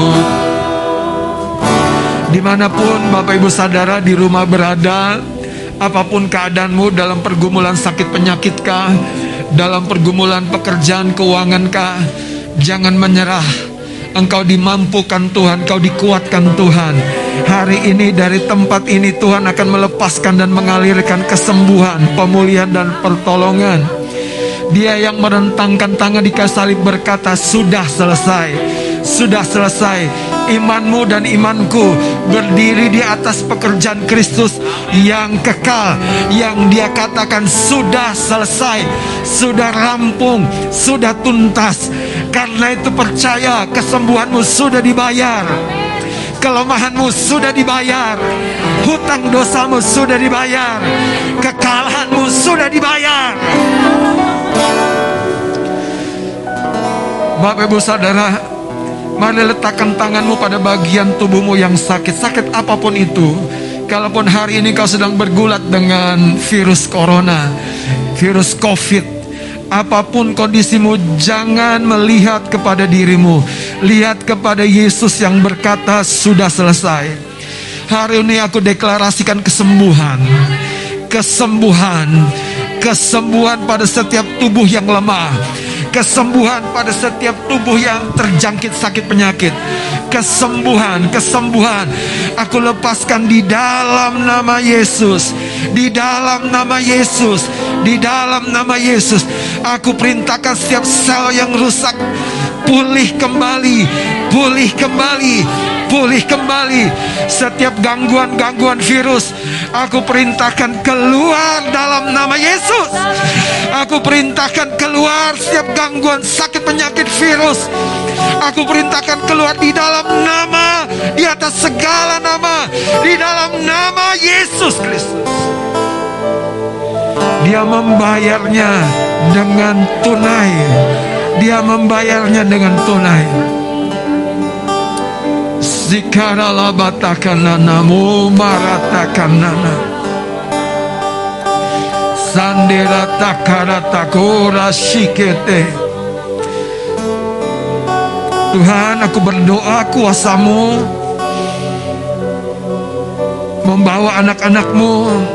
Dimanapun Bapak Ibu Saudara di rumah berada, apapun keadaanmu, dalam pergumulan sakit penyakitkah, dalam pergumulan pekerjaan keuangankah, jangan menyerah. Engkau dimampukan Tuhan, engkau dikuatkan Tuhan. Hari ini dari tempat ini Tuhan akan melepaskan dan mengalirkan kesembuhan, pemulihan dan pertolongan. Dia yang merentangkan tangan di kayu salib berkata, sudah selesai, sudah selesai. Imanmu dan imanku berdiri di atas pekerjaan Kristus yang kekal, yang dia katakan sudah selesai, sudah rampung, sudah tuntas. Karena itu percaya, kesembuhanmu sudah dibayar, kelemahanmu sudah dibayar, hutang dosamu sudah dibayar, kekalahanmu sudah dibayar. Bapak Ibu Saudara, mari letakkan tanganmu pada bagian tubuhmu yang sakit, sakit apapun itu. Kalaupun hari ini kau sedang bergulat dengan virus corona, virus COVID, apapun kondisimu, jangan melihat kepada dirimu, lihat kepada Yesus yang berkata sudah selesai. Hari ini aku deklarasikan kesembuhan, kesembuhan, kesembuhan pada setiap tubuh yang lemah, kesembuhan pada setiap tubuh yang terjangkit sakit penyakit, kesembuhan, kesembuhan. Aku lepaskan di dalam nama Yesus, di dalam nama Yesus, di dalam nama Yesus. Aku perintahkan setiap sel yang rusak pulih kembali, pulih kembali, pulih kembali. Setiap gangguan-gangguan virus, aku perintahkan keluar dalam nama Yesus. Aku perintahkan keluar setiap gangguan sakit penyakit virus. Aku perintahkan keluar di dalam nama, di atas segala nama, di dalam nama Yesus Kristus. Dia membayarnya dengan tunai. Dia membayarnya dengan tunai. Zikarala batakanana mu maratakanana. Sandera takara takora shikete. Tuhan, aku berdoa kuasa-Mu membawa anak-anak-Mu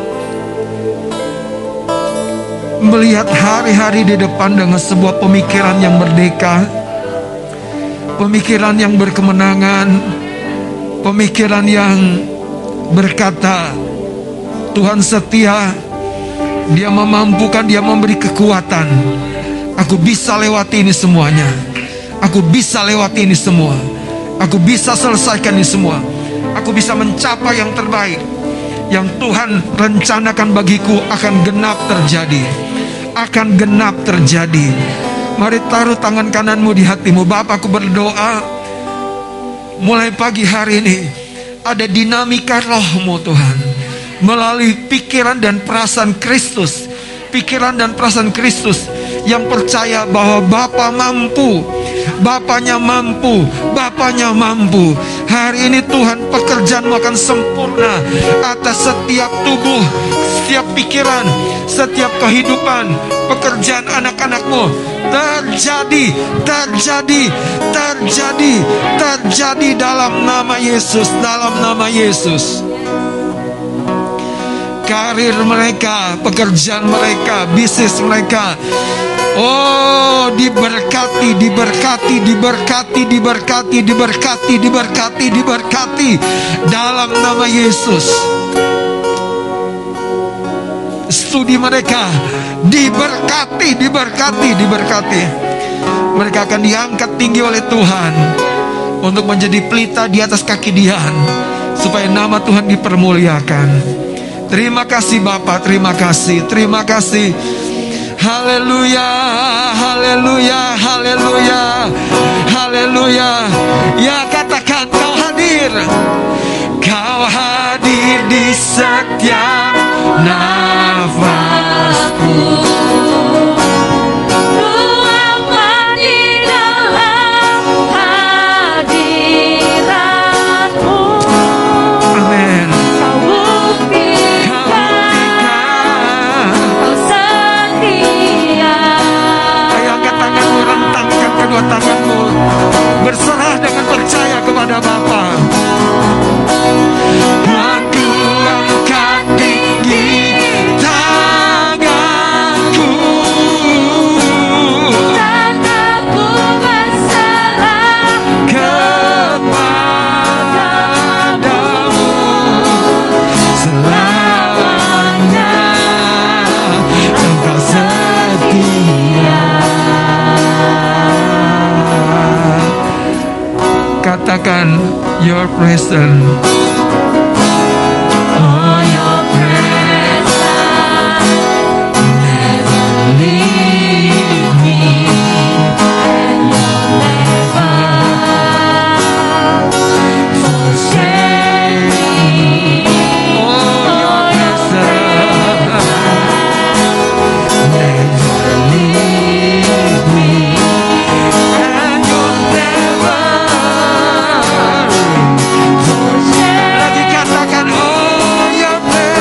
melihat hari-hari di depan dengan sebuah pemikiran yang merdeka, pemikiran yang berkemenangan, Pemikiran yang berkata Tuhan setia, Dia memampukan, Dia memberi kekuatan. Aku bisa lewati ini semuanya. Aku bisa lewati ini semua. Aku bisa selesaikan ini semua. Aku bisa mencapai yang terbaik. Yang Tuhan rencanakan bagiku akan genap terjadi. Akan genap terjadi. Mari taruh tangan kananmu di hatimu. Bapa, aku berdoa mulai pagi hari ini ada dinamika roh-Mu Tuhan, melalui pikiran dan perasaan Kristus. Pikiran dan perasaan Kristus yang percaya bahwa Bapa mampu, Bapanya mampu, Bapanya mampu. Hari ini Tuhan, pekerjaan-Mu akan sempurna atas setiap tubuh, setiap pikiran, setiap kehidupan. Pekerjaan anak-anak-Mu terjadi, terjadi, terjadi, terjadi dalam nama Yesus, dalam nama Yesus. Karir mereka, pekerjaan mereka, bisnis mereka, oh diberkati, diberkati, diberkati, diberkati, diberkati, diberkati, diberkati dalam nama Yesus. Studi mereka diberkati, diberkati, diberkati. Mereka akan diangkat tinggi oleh Tuhan untuk menjadi pelita di atas kaki Dian, supaya nama Tuhan dipermuliakan. Terima kasih Bapa, terima kasih, terima kasih. Haleluya, haleluya, haleluya, haleluya. Ya, katakan Kau hadir. Kau hadir di setiap nafasku. Tanganmu berserah dengan percaya kepada Bapa. Aku angkat tinggi tanganku dan aku berserah kepadamu selamanya. Engkau setia. Katakan your presence. Oh, your presence never leave me, and you'll never forsake me. Oh, your presence never leave me, and you'll never. Lagi katakan, oh your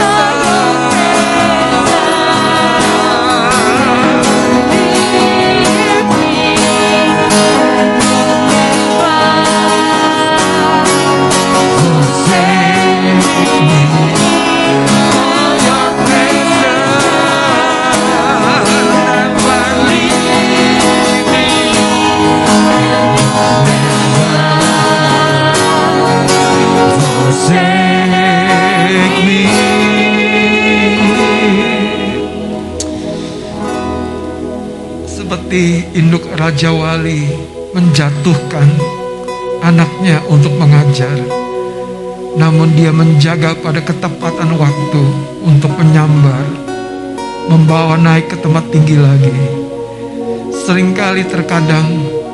seperti induk Raja Wali menjatuhkan anaknya untuk mengajar, namun dia menjaga pada ketepatan waktu untuk menyambar, membawa naik ke tempat tinggi lagi. Seringkali terkadang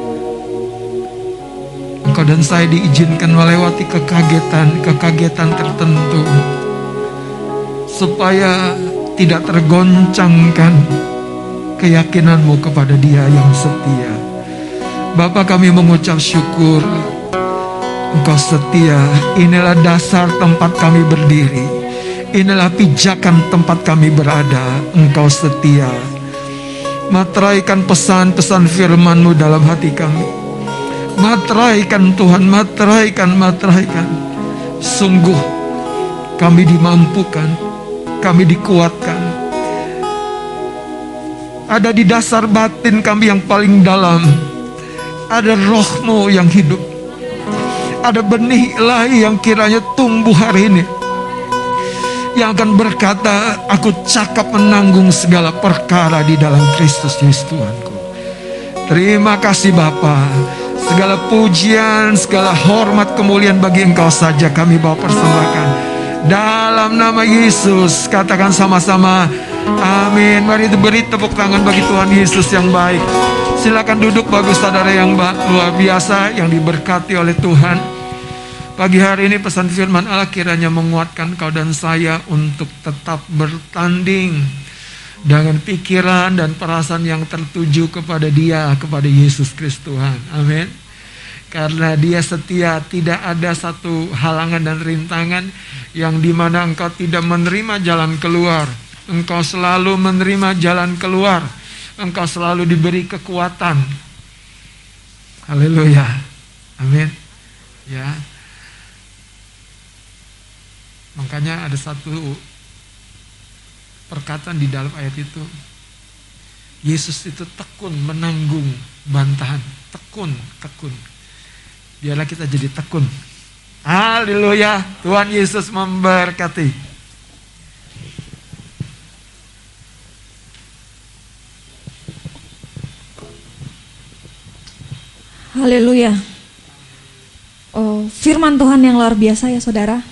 engkau dan saya diizinkan melewati kekagetan-kekagetan tertentu supaya tidak tergoncangkan keyakinanmu kepada Dia yang setia. Bapa, kami mengucap syukur, Engkau setia. Inilah dasar tempat kami berdiri, inilah pijakan tempat kami berada. Engkau setia. Materaikan pesan-pesan firman-Mu dalam hati kami. Materaikan Tuhan, materaikan, materaikan. Sungguh kami dimampukan, kami dikuatkan. Ada di dasar batin kami yang paling dalam, ada Roh-Mu yang hidup. ada benih ilahi yang kiranya tumbuh hari ini, yang akan berkata, aku cakap menanggung segala perkara di dalam Kristus Yesus Tuhanku. Terima kasih Bapa. Segala pujian, segala hormat, kemuliaan bagi Engkau saja kami bawa persembahkan. Dalam nama Yesus, katakan sama-sama, amin. Mari beri tepuk tangan bagi Tuhan Yesus yang baik. Silakan duduk bagus saudara yang luar biasa, yang diberkati oleh Tuhan. Pagi hari ini pesan firman Allah kiranya menguatkan kau dan saya untuk tetap bertanding dengan pikiran dan perasaan yang tertuju kepada Dia, kepada Yesus Kristus Tuhan. Amin. Karena Dia setia, tidak ada satu halangan dan rintangan yang dimana engkau tidak menerima jalan keluar. Engkau selalu menerima jalan keluar. Engkau selalu diberi kekuatan. Haleluya. Amin. Ya. Makanya ada satu perkataan di dalam ayat itu. Yesus itu tekun menanggung bantahan. Tekun, tekun. Biarlah kita jadi tekun. Haleluya. Tuhan Yesus memberkati. Haleluya. Oh, firman Tuhan yang luar biasa ya saudara.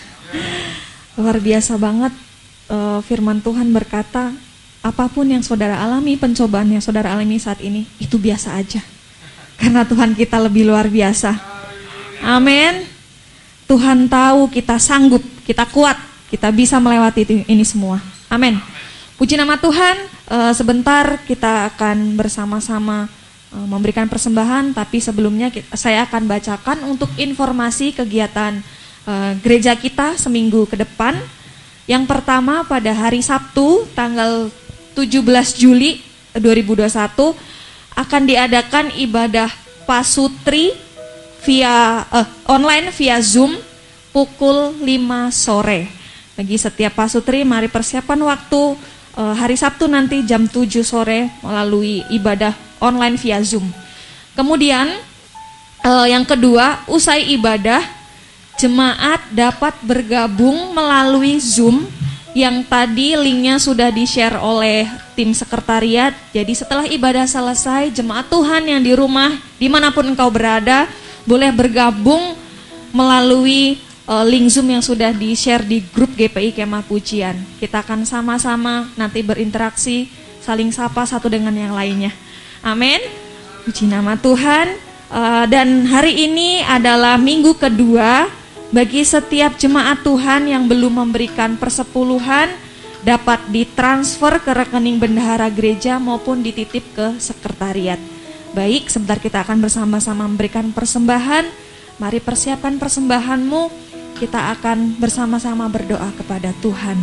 Luar biasa banget. uh, Firman Tuhan berkata, apapun yang saudara alami, pencobaan yang saudara alami saat ini, itu biasa aja. Karena Tuhan kita lebih luar biasa. Amin. Tuhan tahu kita sanggup, kita kuat, kita bisa melewati ini semua. Amin. Puji nama Tuhan. uh, Sebentar kita akan bersama-sama uh, memberikan persembahan. Tapi sebelumnya kita, saya akan bacakan untuk informasi kegiatan Uh, gereja kita seminggu ke depan. Yang pertama pada hari Sabtu tanggal tujuh belas Juli dua ribu dua puluh satu akan diadakan ibadah pasutri via uh, online via Zoom pukul lima sore. Bagi setiap pasutri mari persiapkan waktu uh, hari Sabtu nanti jam tujuh sore melalui ibadah online via Zoom. Kemudian uh, yang kedua, usai ibadah jemaat dapat bergabung melalui Zoom yang tadi linknya sudah di-share oleh tim sekretariat. Jadi setelah ibadah selesai, jemaat Tuhan yang di rumah, dimanapun engkau berada, boleh bergabung melalui uh, link Zoom yang sudah di-share di grup G P I Kemah Pujian. Kita akan sama-sama nanti berinteraksi, saling sapa satu dengan yang lainnya. Amin. Puji nama Tuhan. Uh, dan hari ini adalah minggu kedua. Bagi setiap jemaat Tuhan yang belum memberikan persepuluhan, dapat ditransfer ke rekening bendahara gereja maupun dititip ke sekretariat. Baik, sebentar kita akan bersama-sama memberikan persembahan. Mari persiapkan persembahanmu, kita akan bersama-sama berdoa kepada Tuhan.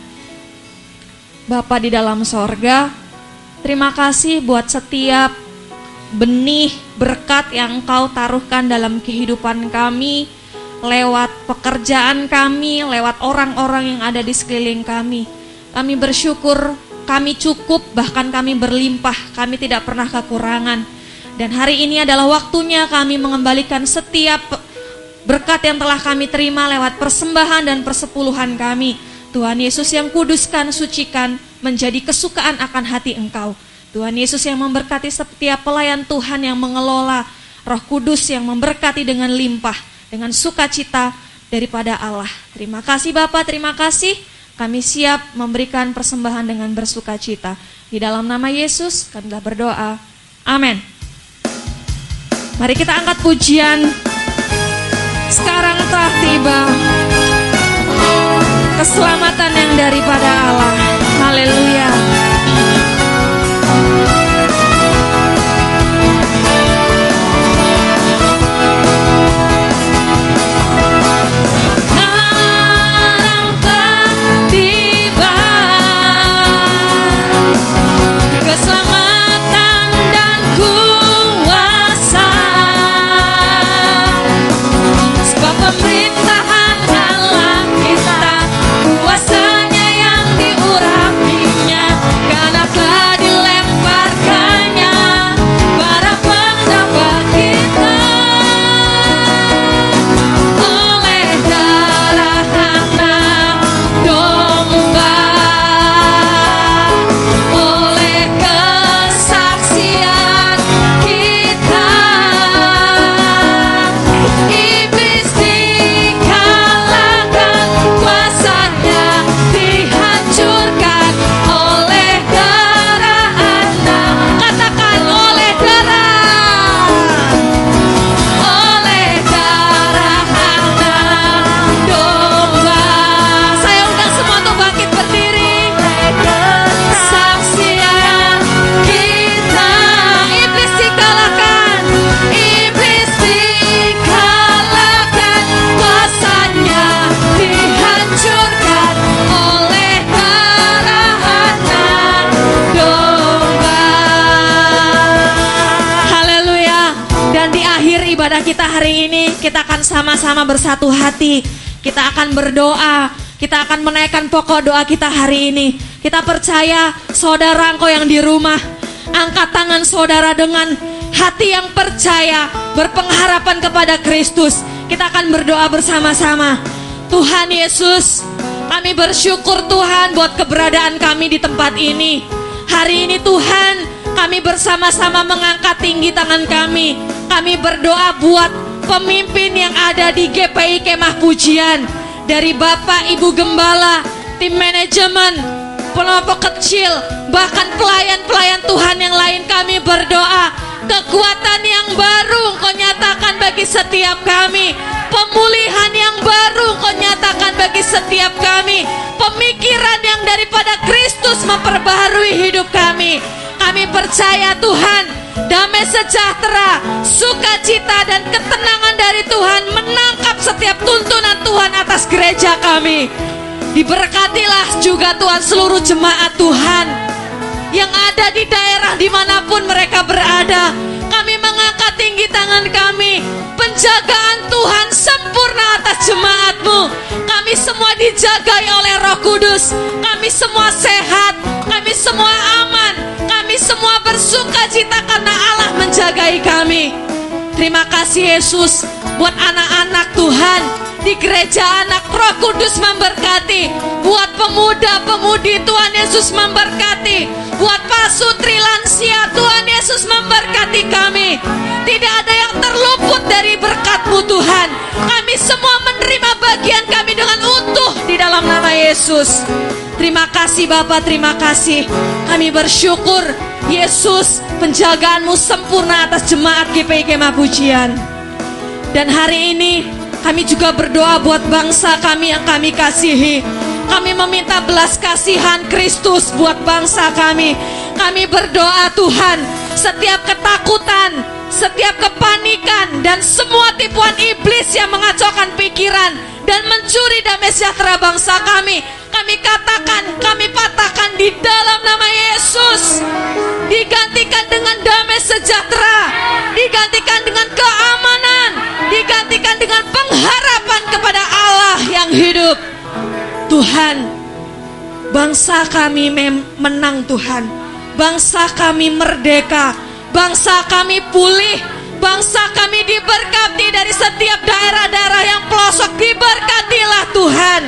Bapa di dalam sorga, terima kasih buat setiap benih berkat yang Engkau taruhkan dalam kehidupan kami, lewat pekerjaan kami, lewat orang-orang yang ada di sekeliling kami. Kami bersyukur, kami cukup, bahkan kami berlimpah, kami tidak pernah kekurangan. Dan hari ini adalah waktunya kami mengembalikan setiap berkat yang telah kami terima lewat persembahan dan persepuluhan kami. Tuhan Yesus yang kuduskan, sucikan, menjadi kesukaan akan hati Engkau. Tuhan Yesus yang memberkati setiap pelayan Tuhan yang mengelola, Roh Kudus yang memberkati dengan limpah, dengan sukacita daripada Allah. Terima kasih Bapa, terima kasih. Kami siap memberikan persembahan dengan bersukacita. Di dalam nama Yesus kami telah berdoa. Amin. Mari kita angkat pujian. Sekarang telah tiba keselamatan yang daripada Allah. Haleluya. Pemerintahan Allah kita, kuasanya yang diurapinya ibadah kita hari ini, kita akan sama-sama bersatu hati. Kita akan berdoa, kita akan menaikkan pokok doa kita hari ini. Kita percaya saudara engkau yang di rumah, angkat tangan saudara dengan hati yang percaya, berpengharapan kepada Kristus. Kita akan berdoa bersama-sama. Tuhan Yesus, kami bersyukur Tuhan buat keberadaan kami di tempat ini. Hari ini Tuhan, kami bersama-sama mengangkat tinggi tangan kami. Kami berdoa buat pemimpin yang ada di G P I Kemah Pujian. Dari Bapak, Ibu Gembala, tim manajemen, kelompok kecil, bahkan pelayan-pelayan Tuhan yang lain, kami berdoa kekuatan yang baru Engkau nyatakan bagi setiap kami, pemulihan yang baru Engkau nyatakan bagi setiap kami, pemikiran yang daripada Kristus memperbaharui hidup kami. Kami percaya Tuhan, damai sejahtera, sukacita dan ketenangan dari Tuhan menangkap setiap tuntunan Tuhan atas gereja kami. Diberkatilah juga Tuhan seluruh jemaat Tuhan yang ada di daerah dimanapun mereka berada. Kami mengangkat tinggi tangan kami, penjagaan Tuhan sempurna atas jemaat-Mu. Kami semua dijagai oleh Roh Kudus, kami semua sehat, kami semua aman, kami semua bersukacita karena Allah menjagai kami. Terima kasih Yesus buat anak-anak Tuhan di gereja anak, Roh Kudus memberkati. Buat pemuda-pemudi, Tuhan Yesus memberkati. Buat pasutri lansia, Tuhan Yesus memberkati kami. Tidak ada yang terluput dari berkat-Mu Tuhan. Kami semua menerima bagian kami dengan utuh di dalam nama Yesus. Terima kasih Bapa, terima kasih. Kami bersyukur Yesus, penjagaan-Mu sempurna atas jemaat G P I Kemah Pujian. Dan hari ini kami juga berdoa buat bangsa kami yang kami kasihi. Kami meminta belas kasihan Kristus buat bangsa kami. Kami berdoa Tuhan, setiap ketakutan, setiap kepanikan, dan semua tipuan iblis yang mengacaukan pikiran dan mencuri damai sejahtera bangsa kami, kami katakan, kami patahkan di dalam nama Yesus. Digantikan dengan damai sejahtera, digantikan dengan keamanan, digantikan dengan pengharapan kepada Allah yang hidup. Tuhan, bangsa kami menang Tuhan, bangsa kami merdeka, bangsa kami pulih, bangsa kami diberkati dari setiap daerah-daerah yang pelosok. Diberkatilah Tuhan.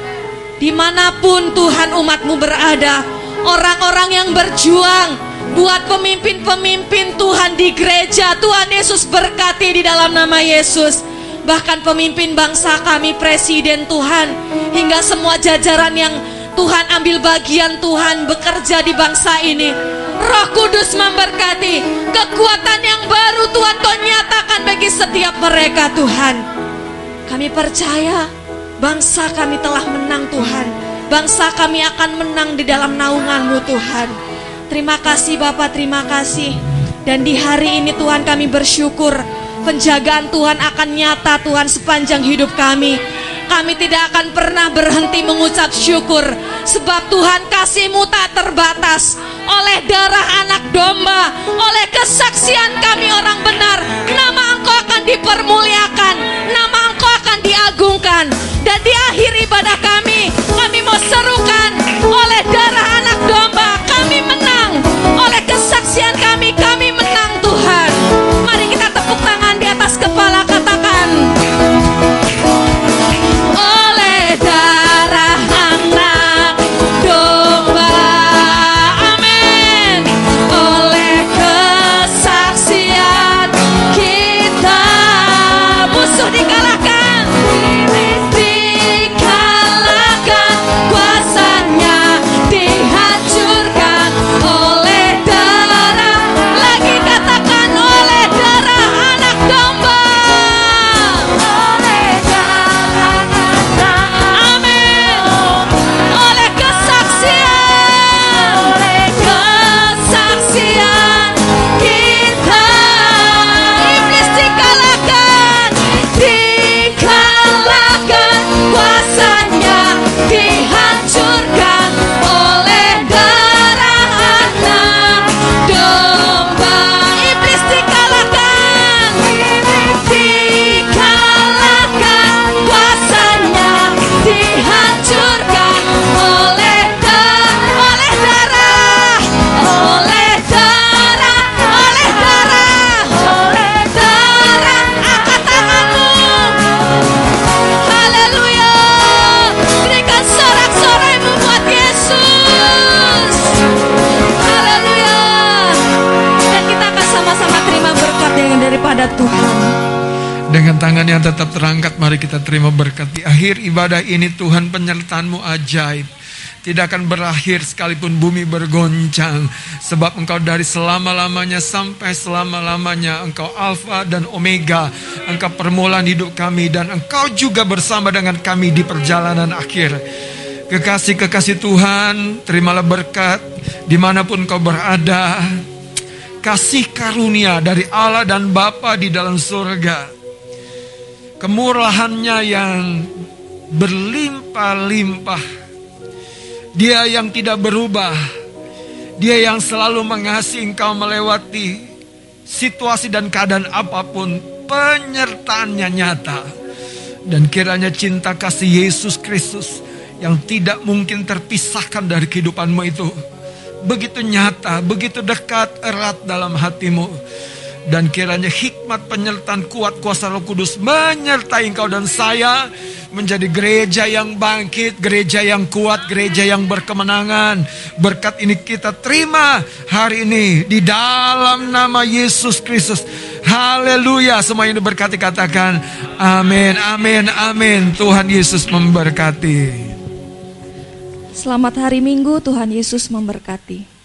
Dimanapun Tuhan umat-Mu berada, orang-orang yang berjuang buat pemimpin-pemimpin Tuhan di gereja, Tuhan Yesus berkati di dalam nama Yesus. Bahkan pemimpin bangsa kami, presiden Tuhan, hingga semua jajaran yang Tuhan ambil bagian Tuhan bekerja di bangsa ini. Roh Kudus memberkati, kekuatan yang baru Tuhan Kau nyatakan bagi setiap mereka Tuhan. Kami percaya bangsa kami telah menang Tuhan. Bangsa kami akan menang di dalam naungan-Mu Tuhan. Terima kasih Bapa, terima kasih. Dan di hari ini Tuhan kami bersyukur, penjagaan Tuhan akan nyata Tuhan sepanjang hidup kami. Kami tidak akan pernah berhenti mengucap syukur, sebab Tuhan kasih-Mu tak terbatas. Oleh darah anak domba, oleh kesaksian kami orang benar, nama Engkau akan dipermuliakan, nama Engkau akan diagungkan. Dan di akhir ibadah kami, kami mau serukan, oleh darah anak domba kami menang, oleh kesaksian kami, kami menang Tuhan. Mari kita tepuk tangan di atas kepala, katakan, oleh darah anak domba, amin. Oleh kesaksian kita, musuh dikalahkan, dikalahkan. Dengan tangan yang tetap terangkat, mari kita terima berkat di akhir ibadah ini. Tuhan, penyertaan-Mu ajaib, tidak akan berakhir sekalipun bumi bergoncang. Sebab Engkau dari selama-lamanya sampai selama-lamanya, Engkau Alfa dan Omega. Engkau permulaan hidup kami, dan Engkau juga bersama dengan kami di perjalanan akhir. Kekasih-kekasih Tuhan, terimalah berkat dimanapun Kau berada. Kasih karunia dari Allah dan Bapa di dalam surga, kemurahannya yang berlimpah-limpah, Dia yang tidak berubah, Dia yang selalu mengasihi engkau melewati situasi dan keadaan apapun, penyertaannya nyata. Dan kiranya cinta kasih Yesus Kristus yang tidak mungkin terpisahkan dari kehidupanmu itu begitu nyata, begitu dekat, erat dalam hatimu. Dan kiranya hikmat penyertaan kuat kuasa Roh Kudus menyertai engkau dan saya menjadi gereja yang bangkit, gereja yang kuat, gereja yang berkemenangan. Berkat ini kita terima hari ini di dalam nama Yesus Kristus. Haleluya. Semua yang diberkati katakan amin, amin, amin. Tuhan Yesus memberkati. Selamat hari Minggu, Tuhan Yesus memberkati.